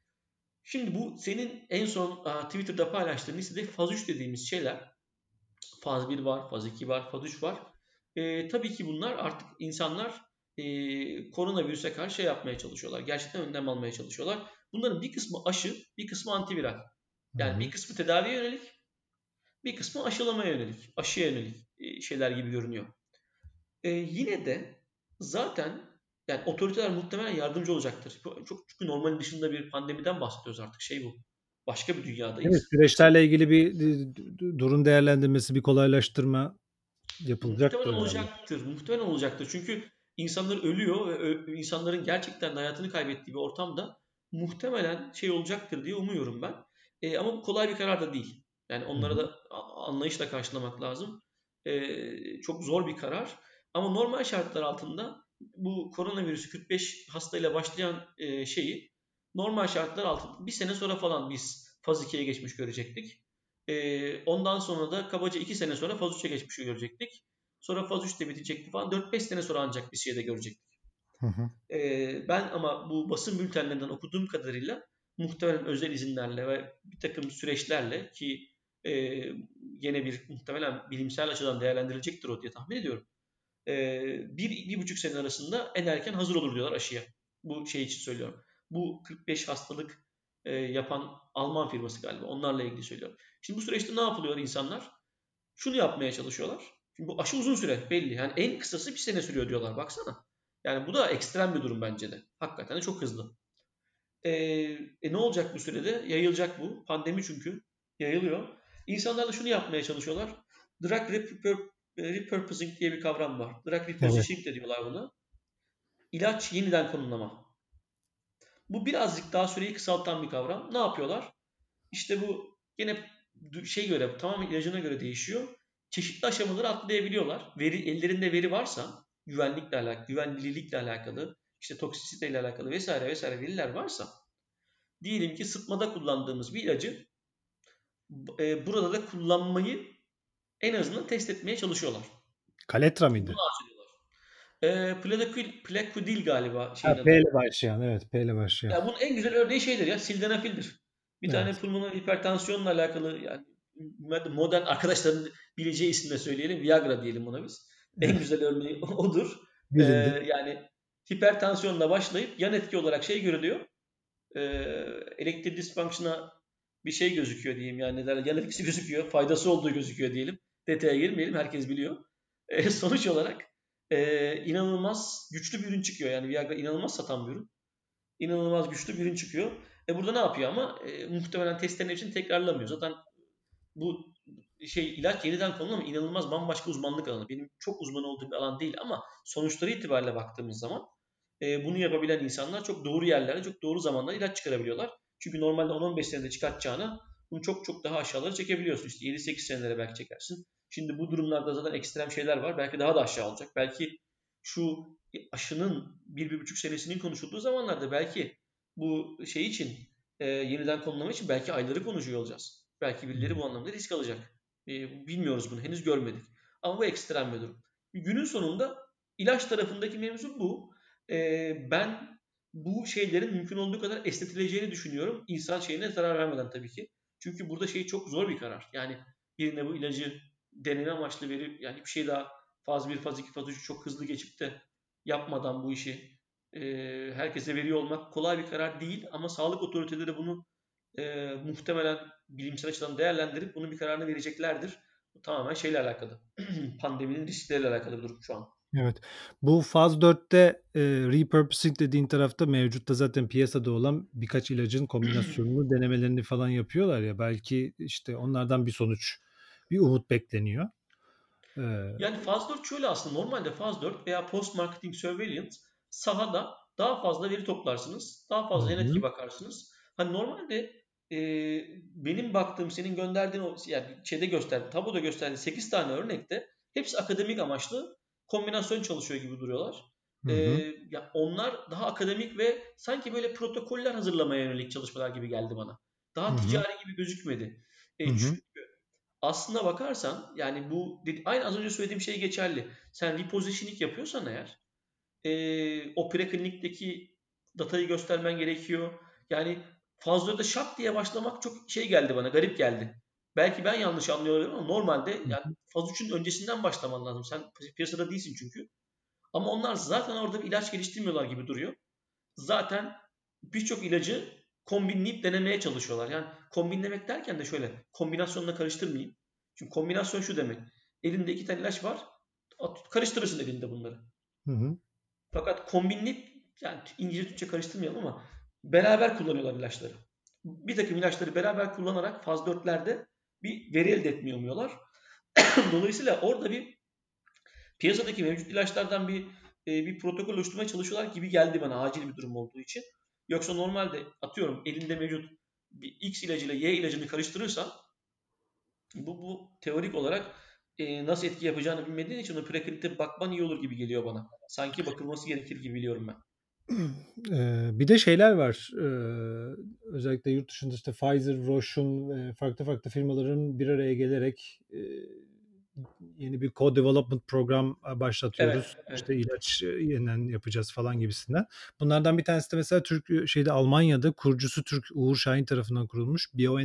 Şimdi bu senin en son Twitter'da paylaştığın listede faz 3 dediğimiz şeyler. Faz 1 var, faz 2 var, faz 3 var. Tabii ki bunlar artık insanlar koronavirüse karşı yapmaya çalışıyorlar. Gerçekten önlem almaya çalışıyorlar. Bunların bir kısmı aşı, bir kısmı antiviral. Hı Yani bir hı. kısmı tedaviye yönelik, bir kısmı aşılamaya yönelik, aşıya yönelik şeyler gibi görünüyor. Yine de zaten yani otoriteler muhtemelen yardımcı olacaktır. Çok çünkü normalin dışında bir pandemiden bahsediyoruz artık. Bu. Başka bir Evet, dünyadayız. süreçlerle ilgili bir durum değerlendirmesi, bir kolaylaştırma Muhtemelen yapılacaktır herhâlde. olacaktır. Muhtemelen olacaktır. Çünkü insanlar ölüyor ve insanların gerçekten de hayatını kaybettiği bir ortamda muhtemelen olacaktır diye umuyorum ben. Ama bu kolay bir karar da değil. Yani Hı onlara hı. da anlayışla karşılamak lazım. Çok zor bir karar. Ama normal şartlar altında bu koronavirüsü 45 hastayla başlayan normal şartlar altında bir sene sonra falan biz faz 2'ye geçmiş görecektik. Ondan sonra da kabaca 2 sene sonra faz 3'e geçmişi görecektik. Sonra faz 3 de bitecekti falan. 4-5 sene sonra ancak bir de görecektik. Hı hı. Ben ama bu basın bültenlerinden okuduğum kadarıyla muhtemelen özel izinlerle ve bir takım süreçlerle ki e, yine bir muhtemelen bilimsel açıdan değerlendirilecektir o diye tahmin ediyorum. 1-1,5 sene arasında en erken hazır olur diyorlar aşıya. Bu için söylüyorum. Bu 45 hastalık yapan Alman firması galiba. Onlarla ilgili söylüyorum. Şimdi bu süreçte ne yapılıyor insanlar? Şunu yapmaya çalışıyorlar. Çünkü bu aşı uzun süre belli. Yani en kısası bir sene sürüyor diyorlar. Baksana. Yani bu da ekstrem bir durum bence de. Hakikaten de çok hızlı. Ne olacak bu sürede? Yayılacak bu. Pandemi çünkü. yayılıyor. İnsanlar da şunu yapmaya çalışıyorlar. Drug repurposing diye bir kavram var. Drug Evet. repositioning de diyorlar buna. İlaç yeniden konumlama. Bu birazcık daha süreyi kısaltan bir kavram. Ne yapıyorlar? İşte bu yine şey göre tamamen ilacına göre değişiyor. Çeşitli aşamaları atlayabiliyorlar. Ellerinde veri varsa güvenlikle alakalı, güvenilirlikle alakalı, işte toksisiteyle alakalı vesaire vesaire veriler varsa diyelim ki sıtmada kullandığımız bir ilacı burada da kullanmayı en azından test etmeye çalışıyorlar. Kaletra Bunu mıydı? arz ediyorlar. Plakudil galiba Ha, şeyin P adı. ile başlayan. Evet, P ile başlayan. Ya bunun en güzel örneği şeydir ya, sildenafildir. Bir tane Evet. pulmoner hipertansiyonla alakalı yani modern arkadaşların bileceği isimle söyleyelim. Viagra diyelim ona biz. En Evet. güzel örneği odur. Bilindik. Yani hipertansiyonla başlayıp yan etki olarak şey görülüyor. Ee, Erectile dysfunction'a bir şey gözüküyor diyeyim. Yani ne derler, yan etkisi gözüküyor. Faydası olduğu gözüküyor diyelim. Detaya girmeyelim. Herkes biliyor. Sonuç olarak inanılmaz güçlü bir ürün çıkıyor. Yani Viagra inanılmaz satan bir ürün. İnanılmaz güçlü bir ürün çıkıyor. Burada ne yapıyor ama muhtemelen testlerin hepsini tekrarlamıyor. Zaten bu şey ilaç yeniden konulu ama inanılmaz bambaşka uzmanlık alanı. Benim çok uzman olduğum bir alan değil ama sonuçları itibariyle baktığımız zaman bunu yapabilen insanlar çok doğru yerlerde, çok doğru zamanlarda ilaç çıkarabiliyorlar. Çünkü normalde 10-15 senede çıkartacağına bunu çok çok daha aşağılara çekebiliyorsun. İşte 7-8 senelere belki çekersin. Şimdi bu durumlarda zaten ekstrem şeyler var. Belki daha da aşağı olacak. Belki şu aşının 1-1,5 senesinin konuşulduğu zamanlarda belki bu şey için yeniden konulama için belki ayları konuşuyor olacağız. Belki birileri bu anlamda risk alacak. Bilmiyoruz bunu. Henüz görmedik. Ama bu ekstrem bir durum. Günün sonunda ilaç tarafındaki mevzu bu. Ben bu şeylerin mümkün olduğu kadar esnetileceğini düşünüyorum. İnsan şeyine zarar vermeden tabii ki. Çünkü burada şey çok zor bir karar. Yani birine bu ilacı deneme amaçlı verip yani bir şey daha faz 1, faz 2, faz 3 çok hızlı geçip de yapmadan bu işi herkese veriyor olmak kolay bir karar değil. Ama sağlık otoriteleri bunu muhtemelen bilimsel açıdan değerlendirip bunun bir kararını vereceklerdir. Bu tamamen şeyle alakalı. Pandeminin riskleriyle alakalı bir durum şu an. Evet. Bu faz 4'te repurposing dediğin tarafta mevcutta zaten piyasada olan birkaç ilacın kombinasyonunu denemelerini falan yapıyorlar ya. Belki işte onlardan bir sonuç, bir umut bekleniyor. Eee, Yani faz 4 şöyle aslında normalde faz 4 veya post marketing surveillance sahada daha fazla veri toplarsınız. Daha hı fazla yan etki hı, bakarsınız. Hani normalde e, benim baktığım senin gönderdiğin o yani şeyde gösterdi, tabloda gösterdiği 8 tane örnekte hepsi akademik amaçlı kombinasyon çalışıyor gibi duruyorlar. hı E, hı, Ya onlar daha akademik ve sanki böyle protokoller hazırlamaya yönelik çalışmalar gibi geldi bana. hı Daha hı, ticari gibi gözükmedi. hı hı, Çünkü aslına bakarsan yani aynı az önce söylediğim şey geçerli. Sen repositioning yapıyorsan eğer o preklinikteki datayı göstermen gerekiyor. Yani fazla da şak diye başlamak çok şey geldi bana, garip geldi. Belki ben yanlış anlıyorum ama normalde hı yani hı, faz 3'ün öncesinden başlaman lazım. Sen piyasada değilsin çünkü. Ama onlar zaten orada bir ilaç geliştirmiyorlar gibi duruyor. Zaten birçok ilacı kombinleyip denemeye çalışıyorlar. Yani kombinlemek derken de şöyle kombinasyonla karıştırmayayım. Çünkü kombinasyon şu demek. Elinde 2 tane ilaç var. Karıştırırsın elinde bunları. hı hı. Fakat kombinleyip yani İngilizce Türkçe karıştırmayalım ama beraber kullanıyorlar ilaçları. Bir takım ilaçları beraber kullanarak faz 4'lerde bir veri elde etmiyor umuyorlar. Dolayısıyla orada bir piyasadaki mevcut ilaçlardan bir protokol oluşturmaya çalışıyorlar gibi geldi bana acil bir durum olduğu için. Yoksa normalde atıyorum elinde mevcut bir X ilacıyla Y ilacını karıştırırsan bu teorik olarak nasıl etki yapacağını bilmediğin için o preklinikte bakman iyi olur gibi geliyor bana. Sanki bakılması gerekir gibi biliyorum ben. Bir de şeyler var. Özellikle yurt dışında işte Pfizer, Roche'un farklı farklı firmaların bir araya gelerek yeni bir co-development program başlatıyoruz. Evet, evet. İşte ilaç yeniden yapacağız falan gibisinden. Bunlardan bir tanesi de mesela şeyde Almanya'da kurucusu Türk Uğur Şahin tarafından kurulmuş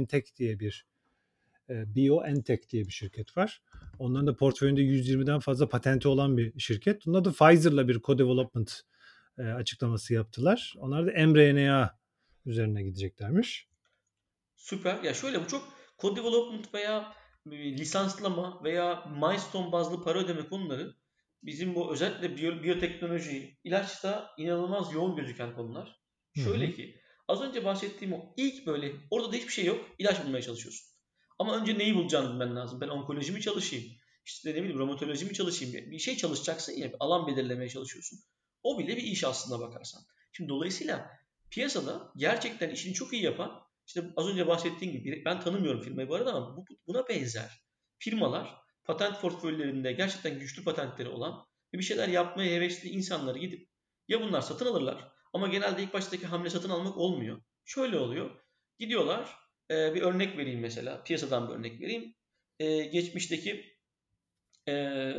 BioNTech diye bir şirket var. Onların da portföyünde 120'den fazla patenti olan bir şirket. Onlar da Pfizer'la bir co-development açıklaması yaptılar. Onlar da mRNA üzerine gideceklermiş. Süper. Ya şöyle bu çok code development veya lisanslama veya milestone bazlı para ödeme konuları bizim bu özellikle biyoteknoloji, ilaçta inanılmaz yoğun gözüken konular. Hı Şöyle hı. ki az önce bahsettiğim o ilk böyle orada da hiçbir şey yok. İlaç bulmaya çalışıyorsun. Ama önce neyi bulacağını bilmen lazım. Ben onkoloji mi çalışayım? İşte ne bileyim romatoloji mi çalışayım? Bir şey çalışacaksın ya, bir alan belirlemeye çalışıyorsun. O bile bir iş aslında bakarsan. Şimdi dolayısıyla piyasada gerçekten işini çok iyi yapan, işte az önce bahsettiğim gibi, ben tanımıyorum firmayı bu arada ama buna benzer firmalar, patent portföylerinde gerçekten güçlü patentleri olan ve bir şeyler yapmaya hevesli insanları gidip ya bunlar satın alırlar, ama genelde ilk baştaki hamle satın almak olmuyor. Şöyle oluyor. Gidiyorlar, bir örnek vereyim mesela. Piyasadan bir örnek vereyim. Geçmişteki e,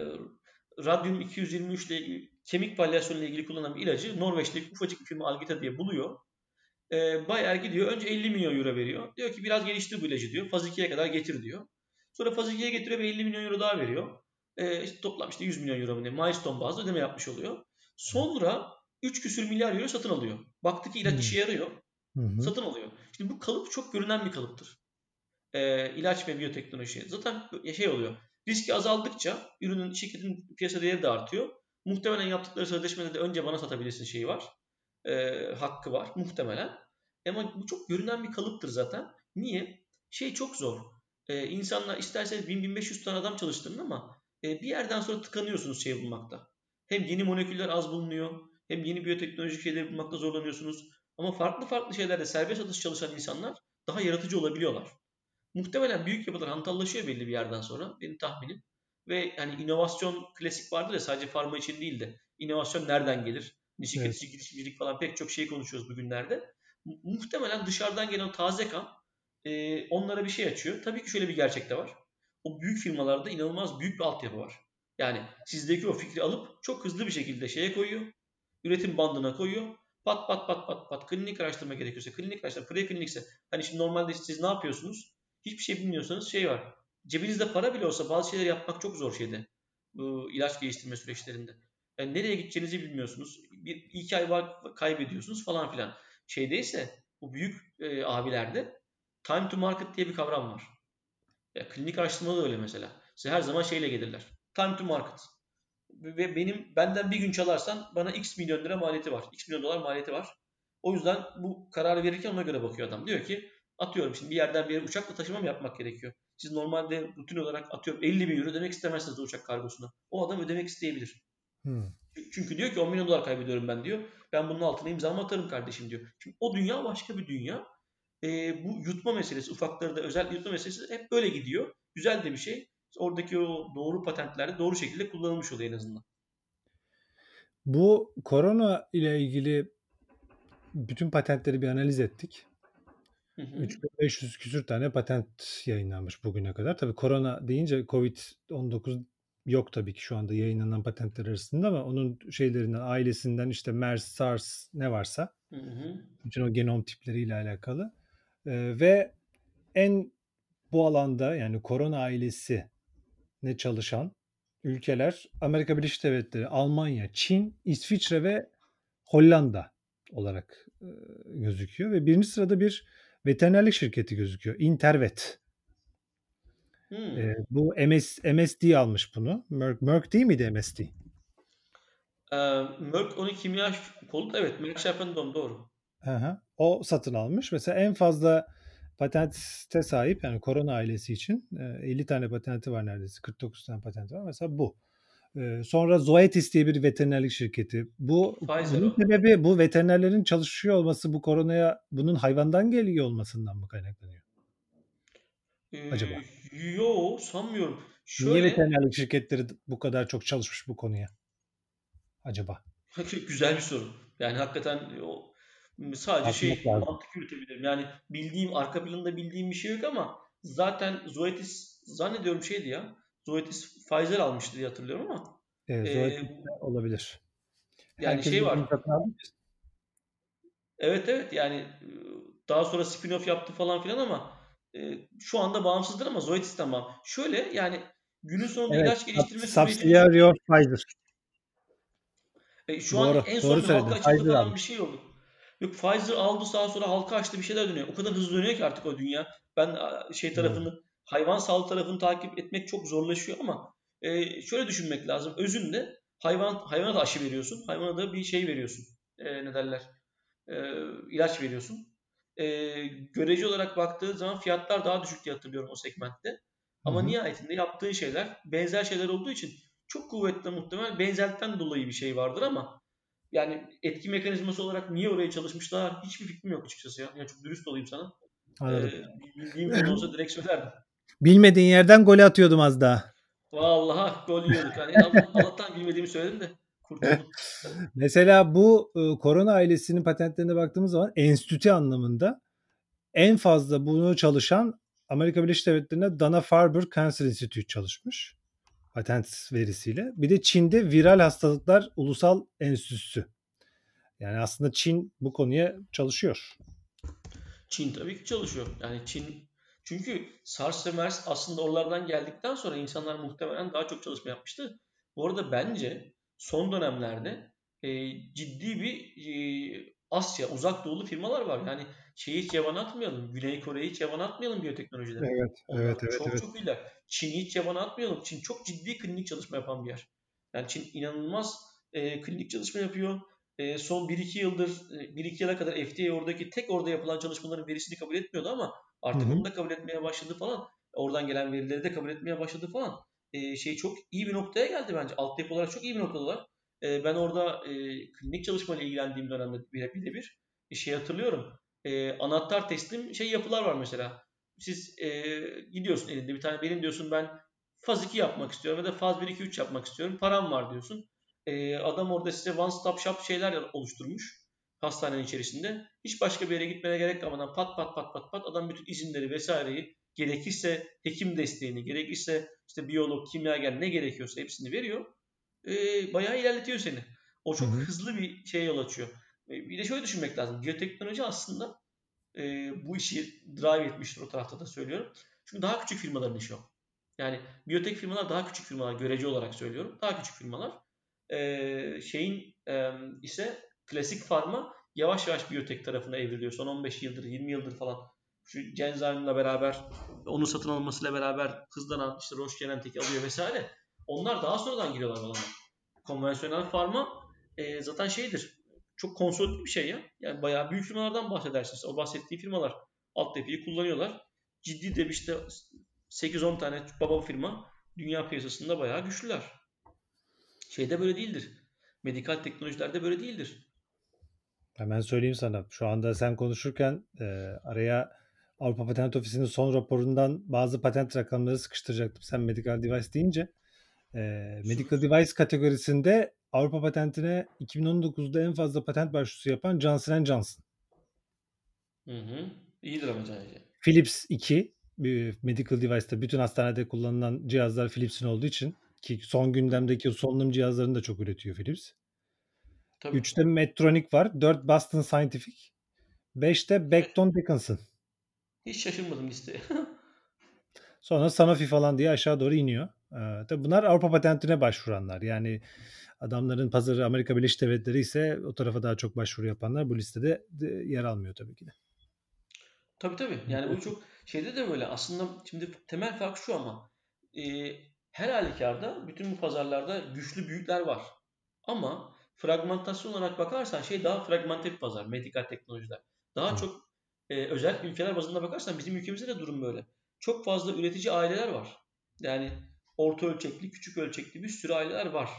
Radium 223 ile kemik palyasyonu ile ilgili kullanılan bir ilacı Norveç'teki ufacık bir firma Algeta diye buluyor. Bayer gidiyor. Önce 50 milyon euro veriyor. Diyor ki biraz geliştir bu ilacı diyor. Faz 2'ye kadar getir diyor. Sonra faz 2'ye getiriyor ve 50 milyon euro daha veriyor. İşte toplam işte 100 milyon euro mu ne? Milestone bazlı ödeme yapmış oluyor. Sonra 3 küsür milyar euro satın alıyor. Baktı ki ilaç Hı işe yarıyor. hı. Hı. Satın alıyor. Şimdi bu kalıp çok görünen bir kalıptır. İlaç ve biyoteknoloji. Zaten şey oluyor. Riski azaldıkça ürünün, şirketin piyasa değeri de artıyor. Muhtemelen yaptıkları sözleşmede de önce bana satabilirsin şeyi var. Hakkı var muhtemelen. Ama bu çok görünen bir kalıptır zaten. Niye? Şey çok zor. İnsanlar isterseniz 1000-1500 tane adam çalıştırın ama bir yerden sonra tıkanıyorsunuz şey bulmakta. Hem yeni moleküller az bulunuyor, hem yeni biyoteknolojik şeyleri bulmakta zorlanıyorsunuz. Ama farklı farklı şeylerde serbest atış çalışan insanlar daha yaratıcı olabiliyorlar. Muhtemelen büyük yapılar hantallaşıyor belli bir yerden sonra, benim tahminim. Ve hani inovasyon klasik vardır ya, sadece farma için değil de inovasyon nereden gelir? Şirket Evet. içi girişimcilik falan pek çok şey konuşuyoruz bugünlerde. Muhtemelen dışarıdan gelen taze kan onlara bir şey açıyor. Tabii ki şöyle bir gerçek de var. O büyük firmalarda inanılmaz büyük bir altyapı var. Yani sizdeki o fikri alıp çok hızlı bir şekilde şeye koyuyor. Üretim bandına koyuyor. Pat pat pat pat pat. Klinik araştırma gerekiyorsa, klinik araştırma, preklinikse. Hani şimdi normalde siz ne yapıyorsunuz? Hiçbir şey bilmiyorsanız şey var. Cebinizde para bile olsa bazı şeyler yapmak çok zor şeyde. Bu ilaç geliştirme süreçlerinde. Yani nereye gideceğinizi bilmiyorsunuz. Bir iki ay var kaybediyorsunuz falan filan. Şeydeyse bu büyük abilerde time to market diye bir kavram var. Ya, klinik araştırmada da öyle mesela. Size her zaman şeyle gelirler. Time to market. Ve benden bir gün çalarsan bana X milyon lira maliyeti var. X milyon dolar maliyeti var. O yüzden bu kararı verirken ona göre bakıyor adam. Diyor ki atıyorum şimdi bir yerden bir yere uçakla taşıma mı yapmak gerekiyor? Siz normalde rutin olarak atıyorum 50 bin euro ödemek istemezsiniz o uçak kargosuna. O adam ödemek isteyebilir. Hı. Çünkü diyor ki 10 milyon dolar kaybediyorum ben diyor. Ben bunun altına imzamı atarım kardeşim diyor. Şimdi o dünya başka bir dünya. Bu yutma meselesi, ufakları da özel yutma meselesi hep böyle gidiyor. Güzel de bir şey. Oradaki o doğru patentlerde doğru şekilde kullanılmış oluyor en azından. Bu korona ile ilgili bütün patentleri bir analiz ettik. Hı hı. 3500 küsür tane patent yayınlanmış bugüne kadar. Tabii korona deyince COVID-19 yok tabii ki şu anda yayınlanan patentler arasında ama onun şeylerinden, ailesinden işte MERS, SARS ne varsa Hı hı. bütün o genom tipleriyle alakalı. Ve en bu alanda yani korona ailesi ne çalışan ülkeler Amerika Birleşik Devletleri, Almanya, Çin, İsviçre ve Hollanda olarak gözüküyor ve birinci sırada bir veterinerlik şirketi gözüküyor. Intervet. Hmm. Bu MSD almış bunu. Merck değil miydi MSD? Merck onu kimya kolu da evet. Merck Sharpendown doğru. Hı hı. O satın almış. Mesela en fazla patente sahip yani korona ailesi için 50 tane patenti var neredeyse. 49 tane patenti var. Mesela bu. Sonra Zoetis diye bir veterinerlik şirketi. Pfizer Bunun o. sebebi bu veterinerlerin çalışıyor olması bu koronaya bunun hayvandan geliyor olmasından mı kaynaklanıyor acaba? Yo sanmıyorum. Niye Şöyle veterinerlik şirketleri bu kadar çok çalışmış bu konuya acaba? güzel bir soru. Yani hakikaten sadece Bakmak şey lazım. mantık yürütebilirim. Yani bildiğim arka planında bildiğim bir şey yok ama zaten Zoetis zannediyorum şeydi ya. Zoetis Pfizer almıştı diye hatırlıyorum ama e, Zoetis de olabilir. yani Herkes şey var. birbirini satın aldı. Evet evet yani daha sonra spin-off yaptı falan filan ama şu anda bağımsızdır ama Zoetis'ten bağımsız. Şöyle yani günün sonunda Evet. ilaç geliştirme sürecinin Subsidiary of Pfizer. şu an Doğru. en Doğru son bir halka söyledin. açıldı Pfizer falan bir almış. şey oldu. Yok Pfizer aldı sağa sonra halka açtı bir şeyler dönüyor. O kadar hızlı dönüyor ki artık o dünya. Ben şey Doğru. tarafını hayvan sağlığı tarafını takip etmek çok zorlaşıyor ama şöyle düşünmek lazım. Özünde hayvana da aşı veriyorsun. Hayvana da bir şey veriyorsun. Ne derler? İlaç veriyorsun. görece olarak baktığı zaman fiyatlar daha düşük diye hatırlıyorum o segmentte. Hı Ama hı. nihayetinde yaptığın şeyler benzer şeyler olduğu için çok kuvvetli muhtemel benzerlikten dolayı bir şey vardır ama yani etki mekanizması olarak niye oraya çalışmışlar hiçbir fikrim yok açıkçası ya. Yani çok dürüst olayım sana. Anladım. Bildiğim konu olsa direkt söylerdim. Bilmediğin yerden gol atıyordum az daha. Vallahi gol yiyorduk. Hani Allah'tan bilmediğimi söyledim de kurtuldum. Mesela bu korona ailesinin patentlerine baktığımız zaman enstitü anlamında en fazla bunu çalışan Amerika Birleşik Devletleri'nde Dana-Farber Cancer Institute çalışmış patent verisiyle. Bir de Çin'de Viral Hastalıklar Ulusal Enstitüsü. Yani aslında Çin bu konuya çalışıyor. Çin tabii ki çalışıyor. Yani Çin çünkü SARS ve MERS aslında oralardan geldikten sonra insanlar muhtemelen daha çok çalışma yapmıştı. Bu arada bence son dönemlerde ciddi bir Asya, Uzak Doğulu firmalar var. Yani şeyi hiç yabana atmayalım. Güney Kore'yi hiç yabana atmayalım biyoteknolojide. Evet, Onlar evet, evet, çok evet. çok iyiler. Çin'i hiç yabana atmayalım. Çin çok ciddi klinik çalışma yapan bir yer. Yani Çin inanılmaz klinik çalışma yapıyor. Son 1-2 yıldır, 1-2 yıla kadar FDA oradaki tek orada yapılan çalışmaların verisini kabul etmiyordu ama Hı artık hı. onu da kabul etmeye başladı falan. Oradan gelen verileri de kabul etmeye başladı falan. Şey çok iyi bir noktaya geldi bence. Altyapı olarak çok iyi bir noktadalar. Ben orada klinik çalışmayla ilgilendiğim dönemde birebir bir şey hatırlıyorum. Anahtar teslim şey yapılar var mesela. Siz gidiyorsun elinde bir tane benim diyorsun ben faz 2 yapmak istiyorum ya da faz 1 2 3 yapmak istiyorum. Param var diyorsun. Adam orada size one stop shop şeyler oluşturmuş hastanenin içerisinde. Hiç başka bir yere gitmene gerek kalmadan pat pat pat pat pat adam bütün izinleri vesaireyi gerekirse hekim desteğini gerekirse işte biyolog, kimyager ne gerekiyorsa hepsini veriyor. Bayağı ilerletiyor seni. O Hı çok hı. hızlı bir şeye yol açıyor. Bir de şöyle düşünmek lazım. Biyoteknoloji aslında bu işi drive etmiştir o tarafta da söylüyorum. Çünkü daha küçük firmaların işi o. Yani biyotek firmalar daha küçük firmalar görece olarak söylüyorum. Daha küçük firmalar. Ise klasik farma yavaş yavaş biyotek tarafına evriliyor. Son 15 yıldır, 20 yıldır falan. Şu Genzyme'la beraber, onu satın almasıyla beraber hızlanan işte Roche Genentech alıyor vesaire. Onlar daha sonradan giriyorlar alana. Konvansiyonel farma zaten şeydir. Çok konsolidli bir şey ya. Yani bayağı büyük firmalardan bahsedersiniz. O bahsettiği firmalar altyapıyı kullanıyorlar. Ciddi de işte 8-10 tane baba firma dünya piyasasında bayağı güçlüler. Şeyde böyle değildir. Medikal teknolojilerde böyle değildir. Hemen söyleyeyim sana. Şu anda sen konuşurken araya Avrupa Patent Ofisi'nin son raporundan bazı patent rakamları sıkıştıracaktım. Sen medical device deyince. Medical Süper. device kategorisinde Avrupa patentine 2019'da en fazla patent başvurusu yapan Johnson Johnson. Hı hı. İyidir ama Caner'ciğim. Philips 2, medical device'ta bütün hastanede kullanılan cihazlar Philips'in olduğu için ki son gündemdeki solunum cihazlarını da çok üretiyor Philips. Tabii. 3'te Medtronic var, 4 Boston Scientific, 5'te Becton Dickinson. Hiç şaşırmadım listeye. Sonra Sanofi falan diye aşağı doğru iniyor. Tabii bunlar Avrupa patentine başvuranlar. Yani adamların pazarı Amerika Birleşik Devletleri ise o tarafa daha çok başvuru yapanlar bu listede yer almıyor tabii ki de. Tabii tabii. Yani bu çok şeyde de böyle. Aslında şimdi temel fark şu ama e, her halükarda bütün bu pazarlarda güçlü büyükler var. Ama fragmentasyon olarak bakarsan şey daha fragmente bir pazar. Medikal teknolojiler. Daha Evet. çok özellikle ülkeler bazında bakarsan bizim ülkemizde de durum böyle. Çok fazla üretici aileler var. Yani orta ölçekli, küçük ölçekli bir sürü aileler var.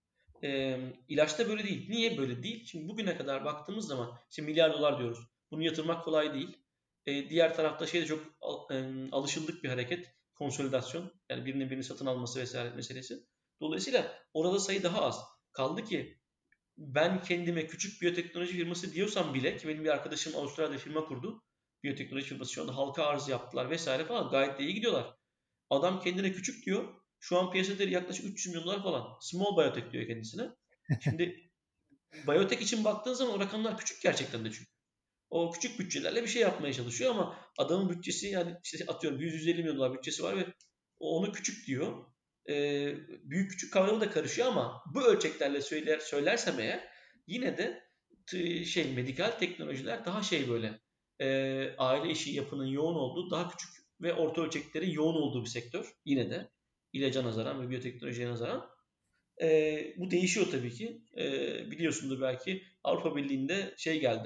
İlaçta böyle değil. Niye böyle değil? Şimdi bugüne kadar baktığımız zaman işte milyar dolar diyoruz. Bunu yatırmak kolay değil. Diğer tarafta şey de çok alışıldık bir hareket. Konsolidasyon. Yani birinin birini satın alması vesaire meselesi. Dolayısıyla orada sayı daha az. Kaldı ki ben kendime küçük biyoteknoloji firması diyorsam bile ki benim bir arkadaşım Avustralya'da firma kurdu. Biyoteknoloji firması şu anda halka arz yaptılar vesaire falan. Gayet de iyi gidiyorlar. Adam kendine küçük diyor. Şu an piyasa değeri yaklaşık 300 milyon dolar falan. Small biotech diyor kendisine. Şimdi biyotek için baktığın zaman o rakamlar küçük gerçekten de çünkü. O küçük bütçelerle bir şey yapmaya çalışıyor ama adamın bütçesi yani işte atıyorum 100-150 milyon dolar bütçesi var ve onu küçük diyor. Büyük küçük kavramı da karışıyor ama bu ölçeklerle söylersem eğer yine de şey medikal teknolojiler daha şey böyle aile işi yapının yoğun olduğu daha küçük ve orta ölçeklerin yoğun olduğu bir sektör yine de ilaca nazaran ve biyoteknolojiye nazaran. Bu değişiyor tabii ki. Biliyorsundur belki Avrupa Birliği'nde şey geldi.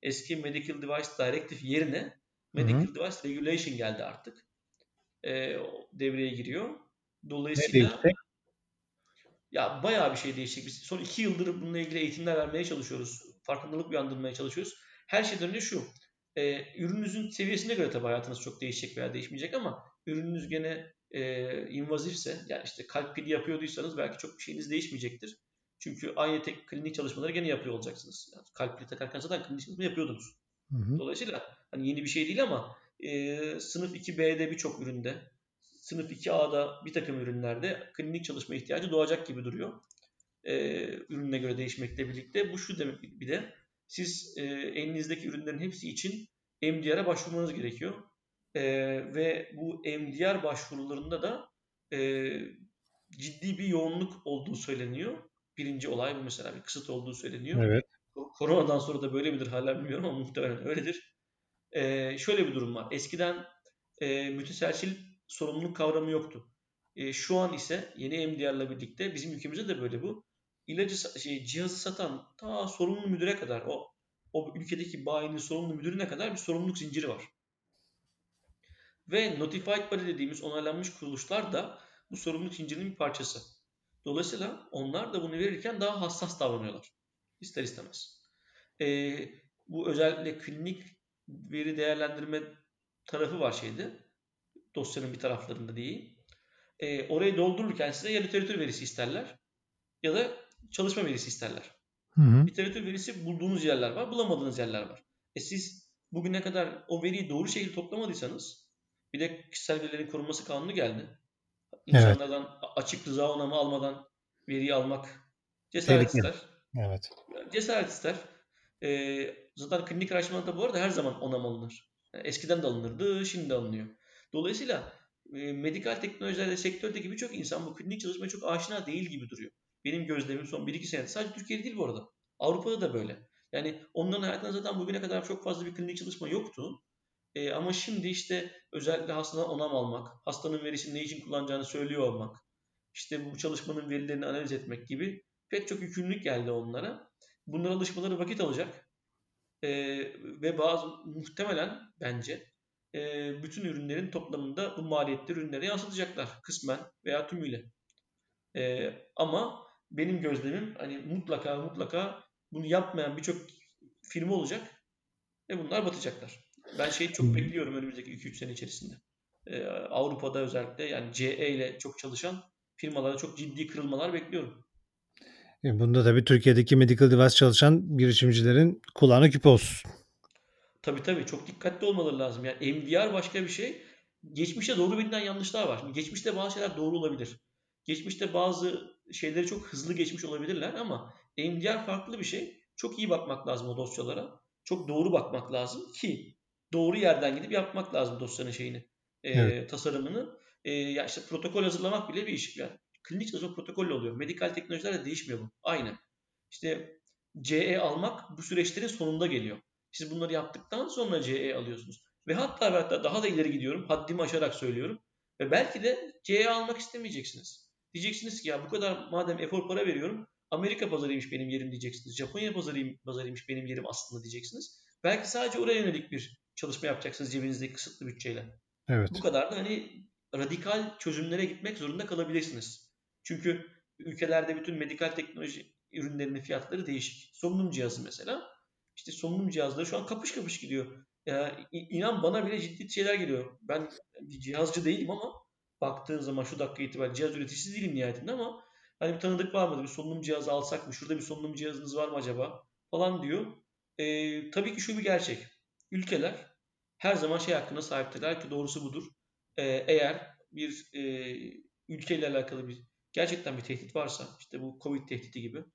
Eski Medical Device Directive yerine Hı hı. Medical Device Regulation geldi artık. Devreye giriyor. Ne Dolayısıyla değişti? ya bayağı bir şey değişecek. Biz son 2 yıldır bununla ilgili eğitimler vermeye çalışıyoruz. Farkındalık uyandırmaya çalışıyoruz. Her şeyden önce şu. Ürününüzün seviyesine göre tabii hayatınız çok değişecek veya değişmeyecek ama ürününüz gene invazifse, yani işte kalp pili yapıyorduysanız belki çok bir şeyiniz değişmeyecektir. Çünkü aynı tek klinik çalışmaları gene yapıyor olacaksınız. Yani kalp pili takarken zaten klinik çalışma yapıyordunuz. Hı hı. Dolayısıyla hani yeni bir şey değil ama sınıf 2B'de birçok üründe, sınıf 2A'da bir takım ürünlerde klinik çalışma ihtiyacı doğacak gibi duruyor. Ürüne göre değişmekle birlikte. Bu şu demek bir de siz elinizdeki ürünlerin hepsi için MDR'a başvurmanız gerekiyor. Ve bu MDR başvurularında da e, ciddi bir yoğunluk olduğu söyleniyor. Birinci olay bu, mesela bir kısıt olduğu söyleniyor. Evet. Koronadan sonra da böyle midir hala bilmiyorum ama muhtemelen öyledir. Şöyle bir durum var. Eskiden müteselsil sorumluluk kavramı yoktu. Şu an ise yeni MDR'la birlikte bizim ülkemizde de böyle bu. Cihazı satan ta sorumlu müdüre kadar, o ülkedeki bayinin sorumlu müdürüne kadar bir sorumluluk zinciri var. Ve notified body dediğimiz onaylanmış kuruluşlar da bu sorumluluk zincirinin bir parçası. Dolayısıyla onlar da bunu verirken daha hassas davranıyorlar. İster istemez. Ee, Bu özellikle klinik veri değerlendirme tarafı var şeyde. Dosyanın bir taraflarında değil. Orayı doldururken size ya literatür verisi isterler ya da çalışma verisi isterler. Hı hı. Literatür verisi bulduğunuz yerler var, bulamadığınız yerler var. Siz bugüne kadar o veriyi doğru şekilde toplamadıysanız, bir de kişisel verilerin korunması kanunu geldi. Evet. İnsanlardan açık rıza onamı almadan veriyi almak cesaret Tehlikeli. ister. Evet. Cesaret ister. Zaten klinik araştırmada bu arada her zaman onam alınır. Yani eskiden de alınırdı, şimdi de alınıyor. Dolayısıyla medikal teknolojilerde sektördeki birçok insan bu klinik çalışmaya çok aşina değil gibi duruyor. Benim gözlemim son 1-2 senede. Sadece Türkiye'de değil bu arada. Avrupa'da da böyle. Yani onların hayatında zaten bugüne kadar çok fazla bir klinik çalışma yoktu. Ama şimdi işte özellikle hastadan onam almak, hastanın verisini ne için kullanacağını söylüyor olmak, işte bu çalışmanın verilerini analiz etmek gibi pek çok yükümlülük geldi onlara. Bunlara alışmaları vakit alacak. Ve bazı muhtemelen bence bütün ürünlerin toplamında bu maliyetleri ürünlere yansıtacaklar kısmen veya tümüyle. Ama benim gözlemim hani mutlaka bunu yapmayan birçok firma olacak ve bunlar batacaklar. Ben şeyi çok bekliyorum önümüzdeki 2-3 sene içerisinde. Avrupa'da özellikle yani CE ile çok çalışan firmalara çok ciddi kırılmalar bekliyorum. Bunda tabii Türkiye'deki medical device çalışan girişimcilerin kulağına küpe olsun. Tabii çok dikkatli olmaları lazım. Yani MDR başka bir şey. Geçmişte doğru bilinen yanlışlar var. Şimdi geçmişte bazı şeyler doğru olabilir. Geçmişte bazı şeyleri çok hızlı geçmiş olabilirler ama MDR farklı bir şey. Çok iyi bakmak lazım o dosyalara. Çok doğru bakmak lazım ki doğru yerden gidip yapmak lazım dosyanın şeyini, Evet. tasarımını. Ya işte protokol hazırlamak bile bir iş. Yani klinik çalışma protokolle oluyor. Medikal teknolojilerde değişmiyor bu. Aynı. İşte CE almak bu süreçlerin sonunda geliyor. Siz bunları yaptıktan sonra CE alıyorsunuz. Ve hatta daha da ileri gidiyorum. Haddimi aşarak söylüyorum. Ve belki de CE almak istemeyeceksiniz. Diyeceksiniz ki ya bu kadar madem efor para veriyorum, Amerika pazarıymış benim yerim diyeceksiniz. Japonya pazarıymış benim yerim aslında diyeceksiniz. Belki sadece oraya yönelik bir çalışma yapacaksınız cebinizdeki kısıtlı bütçeyle. Bu Evet. kadar da hani radikal çözümlere gitmek zorunda kalabilirsiniz. Çünkü ülkelerde bütün medikal teknoloji ürünlerinin fiyatları değişik. Solunum cihazı mesela. İşte solunum cihazları şu an kapış kapış gidiyor. Ya, inan bana bile ciddi şeyler geliyor. Ben bir cihazcı değilim ama baktığın zaman şu dakika itibariyle cihaz üreticisi değilim nihayetinde ama hani bir tanıdık var mı? Bir solunum cihazı alsak mı? Şurada bir solunum cihazınız var mı acaba? Falan diyor. Tabii ki şu bir gerçek. Ülkeler her zaman şey hakkında sahiptirler ki doğrusu budur. Eğer bir ülkeyle alakalı gerçekten bir tehdit varsa, işte bu Covid tehdidi gibi,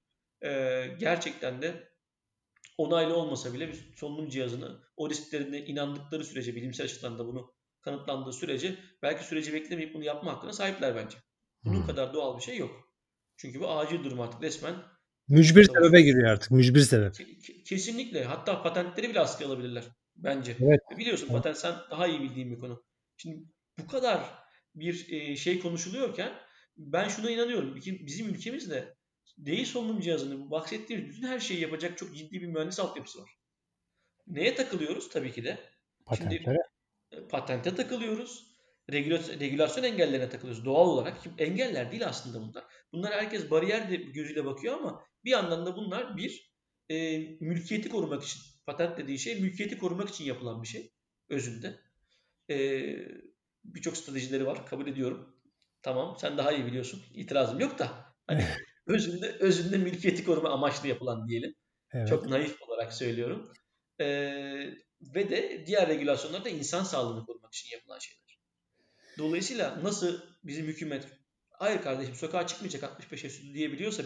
gerçekten de onaylı olmasa bile bir solunum cihazını o risklerine inandıkları sürece, bilimsel açıdan da bunu kanıtlandığı sürece belki süreci beklemeyip bunu yapma hakkına sahipler bence. Bunun Hımm. kadar doğal bir şey yok. Çünkü bu acil durum, artık resmen Mücbir sebebe savaşıyoruz. giriyor artık. Mücbir sebep. Kesinlikle. Hatta patentleri bile askıya alabilirler bence. Evet. Ve biliyorsun Evet. patent sen daha iyi bildiğin bir konu. Şimdi bu kadar bir şey konuşuluyorken ben şuna inanıyorum. Bizim ülkemizde değil solunum cihazını, bu bahsettiğimiz bütün her şeyi yapacak çok ciddi bir mühendis altyapısı var. Neye takılıyoruz? Tabii ki de. Şimdi Patentlere. patente takılıyoruz. Regülasyon engellerine takılıyoruz doğal olarak. Şimdi engeller değil aslında bunlar. Bunlar herkes bariyer gözüyle bakıyor ama bir yandan da bunlar mülkiyeti korumak için. Patent dediği şey mülkiyeti korumak için yapılan bir şey özünde. E, Birçok stratejileri var. Kabul ediyorum. Tamam, sen daha iyi biliyorsun. İtirazım yok da hani özünde mülkiyeti koruma amaçlı yapılan diyelim. Evet. Çok naif olarak söylüyorum. E, Ve de diğer regülasyonlar da insan sağlığını korumak için yapılan şeyler. Dolayısıyla nasıl bizim hükümet hayır kardeşim sokağa çıkmayacak 65 yaş üstü diyebiliyorsa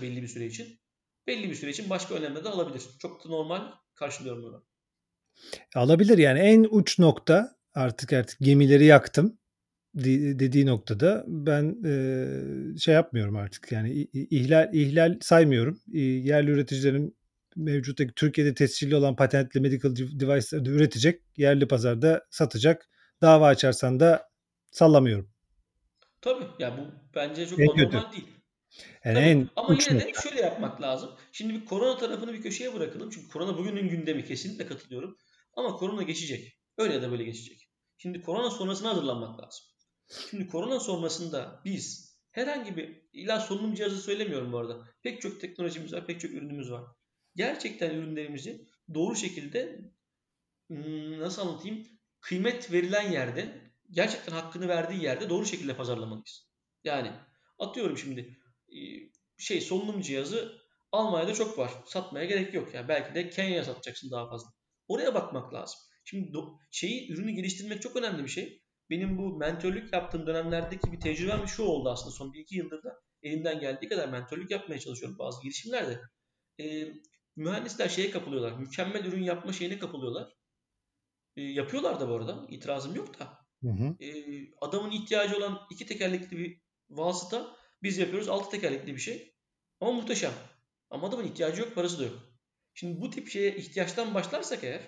belli bir süre için başka önlemler de alabilir. Çok da normal karşılıyorum bunu. Alabilir yani en uç nokta artık gemileri yaktım dediği noktada ben şey yapmıyorum artık yani ihlal saymıyorum. Yerli üreticilerin mevcuttaki Türkiye'de tescilli olan patentli medical device'ları da üretecek, yerli pazarda satacak. Dava açarsan da sallamıyorum. Tabii ya bu bence çok En kötü. anormal değil. Yani Tabii en ama uç yine de nokta. şöyle yapmak lazım. Şimdi bir korona tarafını bir köşeye bırakalım. Çünkü korona bugünün gündemi kesinlikle katılıyorum. Ama korona geçecek. Öyle ya da böyle geçecek. Şimdi korona sonrasına hazırlanmak lazım. Şimdi korona sonrasında biz herhangi bir illa solunum cihazı söylemiyorum bu arada. Pek çok teknolojimiz var, pek çok ürünümüz var. Gerçekten ürünlerimizi doğru şekilde nasıl anlatayım? Kıymet verilen yerde, gerçekten hakkını verdiği yerde doğru şekilde pazarlamalıyız. Yani atıyorum şimdi e, solunum cihazı Almanya'da çok var. Satmaya gerek yok. Yani belki de Kenya'ya satacaksın daha fazla. Oraya bakmak lazım. Şimdi ürünü geliştirmek çok önemli bir şey. Benim bu mentörlük yaptığım dönemlerdeki bir tecrübem şu oldu aslında. Son bir iki yıldır da elimden geldiği kadar mentörlük yapmaya çalışıyorum bazı girişimlerde. E, Mühendisler şeye kapılıyorlar. Mükemmel ürün yapma şeyine kapılıyorlar. Yapıyorlar da bu arada. İtirazım yok da. Hı hı. Adamın ihtiyacı olan iki tekerlekli bir vasıta biz yapıyoruz altı tekerlekli bir şey. Ama muhteşem. Ama adamın ihtiyacı yok, parası da yok. Şimdi bu tip şeye ihtiyaçtan başlarsak eğer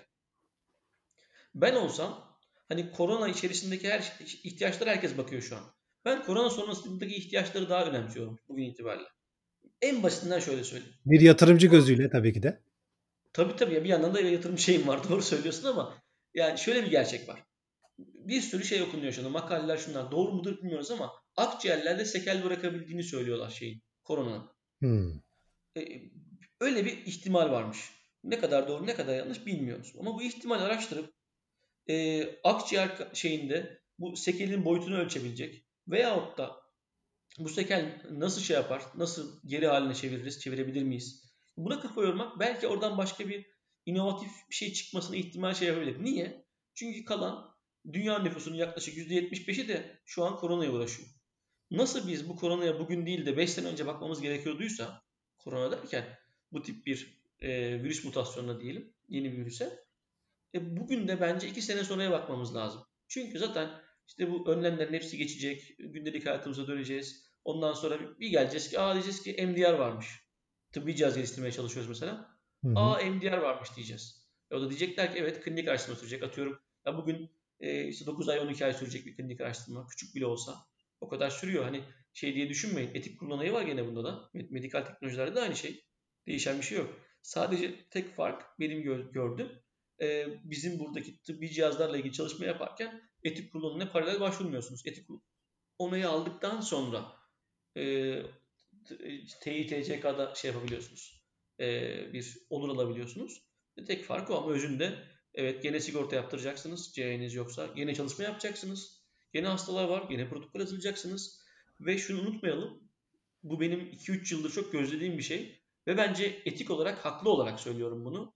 ben olsam hani korona içerisindeki ihtiyaçlara herkes bakıyor şu an. Ben korona sonrasındaki ihtiyaçları daha önemsiyorum bugün itibariyle. En basitinden şöyle söyleyeyim. Bir yatırımcı gözüyle tabii ki de. Tabii tabii ya bir yandan da yatırım şeyim var doğru söylüyorsun ama yani şöyle bir gerçek var. Bir sürü şey okunuyor şu anda. Makaleler şunlar. Doğru mudur bilmiyoruz ama akciğerlerde sekel bırakabildiğini söylüyorlar koronanın. Hmm. E, Öyle bir ihtimal varmış. Ne kadar doğru ne kadar yanlış bilmiyoruz. Ama bu ihtimali araştırıp akciğer şeyinde bu sekelin boyutunu ölçebilecek veyahut da bu sekel nasıl şey yapar, nasıl geri haline çevirebilir miyiz? Buna kafa yormak belki oradan başka bir inovatif bir şey çıkmasına ihtimal şey yapabilir. Niye? Çünkü kalan dünya nüfusunun yaklaşık %75'i de şu an koronaya uğraşıyor. Nasıl biz bu koronaya bugün değil de 5 sene önce bakmamız gerekiyorduysa korona derken bu tip bir virüs mutasyonuna diyelim yeni bir virüse bugün de bence 2 sene sonraya bakmamız lazım. Çünkü zaten işte bu önlemlerin hepsi geçecek. Gündelik hayatımıza döneceğiz. Ondan sonra bir geleceğiz ki diyeceğiz ki MDR varmış. Tıbbi cihaz geliştirmeye çalışıyoruz mesela. Hı hı. MDR varmış diyeceğiz. O da diyecekler ki evet klinik araştırma sürecek. Atıyorum ya bugün işte 9 ay 12 ay sürecek bir klinik araştırma. Küçük bile olsa o kadar sürüyor. Hani şey diye düşünmeyin. Etik kurulu onayı var gene bunda da. Medikal teknolojilerde de aynı şey. Değişen bir şey yok. Sadece tek fark benim gördüğüm bizim buradaki tıbbi cihazlarla ilgili çalışma yaparken etik kurulu onayına paralel başvurmuyorsunuz. Etik kurulu onayı aldıktan sonra e, TİTCK'da şey yapabiliyorsunuz. Bir onur alabiliyorsunuz. Tek fark o ama özünde evet gene sigorta yaptıracaksınız. CE'niz yoksa. Gene çalışma yapacaksınız. Gene hastalar var. Gene protokol hazırlayacaksınız. Ve şunu unutmayalım. Bu benim 2-3 yıldır çok gözlediğim bir şey. Ve bence etik olarak haklı olarak söylüyorum bunu.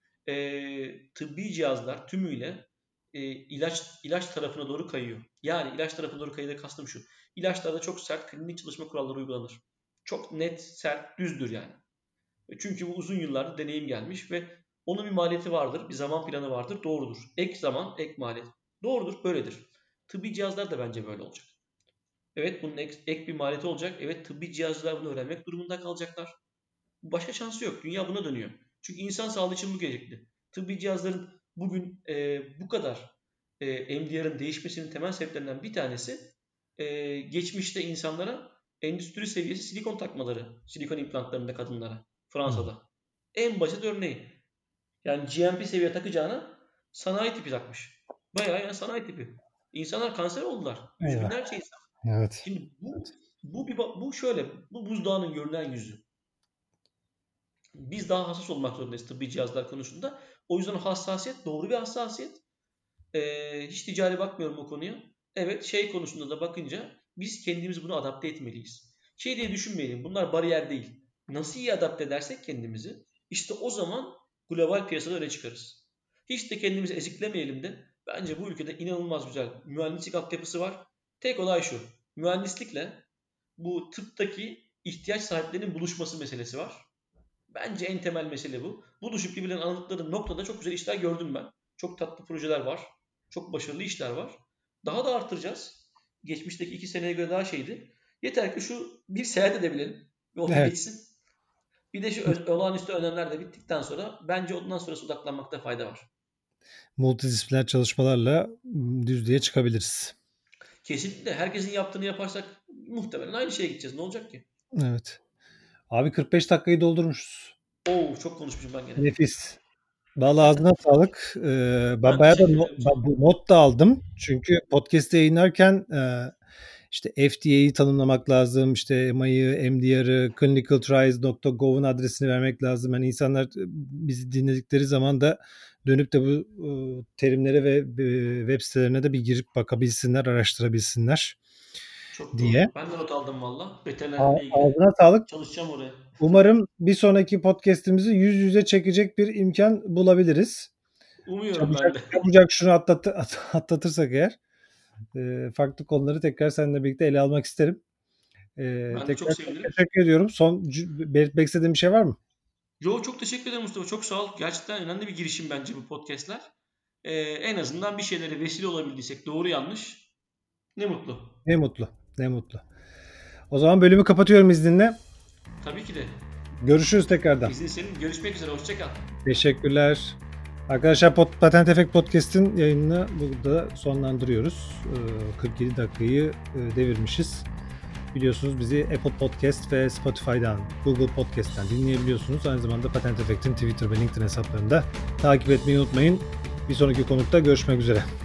Tıbbi cihazlar tümüyle ilaç tarafına doğru kayıyor. Yani ilaç tarafına doğru kayıyor kastım şu. İlaçlarda çok sert klinik çalışma kuralları uygulanır. Çok net, sert, düzdür yani. Çünkü bu uzun yıllardır deneyim gelmiş ve onun bir maliyeti vardır, bir zaman planı vardır, doğrudur. Ek zaman, ek maliyet. Doğrudur, böyledir. Tıbbi cihazlar da bence böyle olacak. Evet bunun ek bir maliyeti olacak. Evet tıbbi cihazlar bunu öğrenmek durumunda kalacaklar. Başka şansı yok. Dünya buna dönüyor. Çünkü insan sağlığı için bu gerekli. Tıbbi cihazların bugün bu kadar MDR'ın değişmesinin temel sebeplerinden bir tanesi geçmişte insanlara endüstri seviyesi silikon takmaları. Silikon implantlarında kadınlara. Hı. Fransa'da. En basit örneği. Yani GMP seviye takacağına Sanayi tipi takmış. Bayağı yani sanayi tipi. İnsanlar kanser oldular. Yüz Eyvah. binlerce insan. Evet. Şimdi Evet. bu şöyle. Bu buzdağının görünen yüzü. Biz daha hassas olmak zorundayız tıbbi cihazlar konusunda. O yüzden hassasiyet doğru bir hassasiyet. Hiç ticari bakmıyorum o konuya. Evet şey konusunda da bakınca biz kendimizi buna adapte etmeliyiz. Şey diye düşünmeyelim. Bunlar bariyer değil. Nasıl iyi adapte edersek kendimizi işte o zaman global piyasada öne çıkarız. Hiç de kendimizi eziklemeyelim de bence bu ülkede inanılmaz güzel mühendislik altyapısı var. Tek olay şu. Mühendislikle bu tıptaki ihtiyaç sahiplerinin buluşması meselesi var. Bence en temel mesele bu. Buluşup birbirlerinin anladıkları noktada çok güzel işler gördüm ben. Çok tatlı projeler var. Çok başarılı işler var. Daha da artıracağız. Geçmişteki 2 seneye göre daha şeydi. Yeter ki şu bir seyahat edebilelim. Ve o bir Evet. geçsin. Bir de şu olağanüstü önlemler de bittikten sonra bence ondan sonrası odaklanmakta fayda var. Multidisipliner çalışmalarla düzlüğe çıkabiliriz. Kesinlikle herkesin yaptığını yaparsak muhtemelen aynı şeye gideceğiz. Ne olacak ki? Evet. Abi 45 dakikayı doldurmuşuz. Oo çok konuşmuşum ben gene. Nefis. Vallahi ağzına sağlık. Ben Ben bayağı da teşekkür ederim Mustafa. bu not da aldım. Çünkü podcast'i yayınlarken işte FDA'yı tanımlamak lazım. İşte EMA'yı, MDR'ı, clinicaltrials.gov'un adresini vermek lazım. Yani insanlar bizi dinledikleri zaman da dönüp de bu terimlere ve web sitelerine de bir girip bakabilsinler, araştırabilsinler Çok diye. doğru. Ben de not aldım valla. Veterinerlikle ilgili. Ağzına sağlık. Çalışacağım oraya. Umarım bir sonraki podcast'imizi yüz yüze çekecek bir imkan bulabiliriz. Umuyorum ben Çabucak, de. çabucak şunu atlatırsak eğer farklı konuları tekrar seninle birlikte ele almak isterim. Ben de çok Tekrar çok sevinirim. teşekkür ediyorum. Son belirtmek istediğin bir şey var mı? Yo çok teşekkür ederim Mustafa. Çok sağ ol. Gerçekten önemli bir girişim bence bu podcastler. En azından bir şeylere vesile olabildiysek doğru yanlış ne mutlu. Ne mutlu. Ne mutlu. O zaman bölümü kapatıyorum izninle. Tabii ki de. Görüşürüz tekrardan. İzin senin. Görüşmek üzere. Hoşça kal. Teşekkürler. Arkadaşlar Patent Efekt Podcast'in yayınını burada sonlandırıyoruz. 47 dakikayı devirmişiz. Biliyorsunuz bizi Apple Podcast ve Spotify'dan, Google Podcast'ten dinleyebiliyorsunuz. Aynı zamanda Patent Efekt'in Twitter ve LinkedIn hesaplarında takip etmeyi unutmayın. Bir sonraki konukta görüşmek üzere.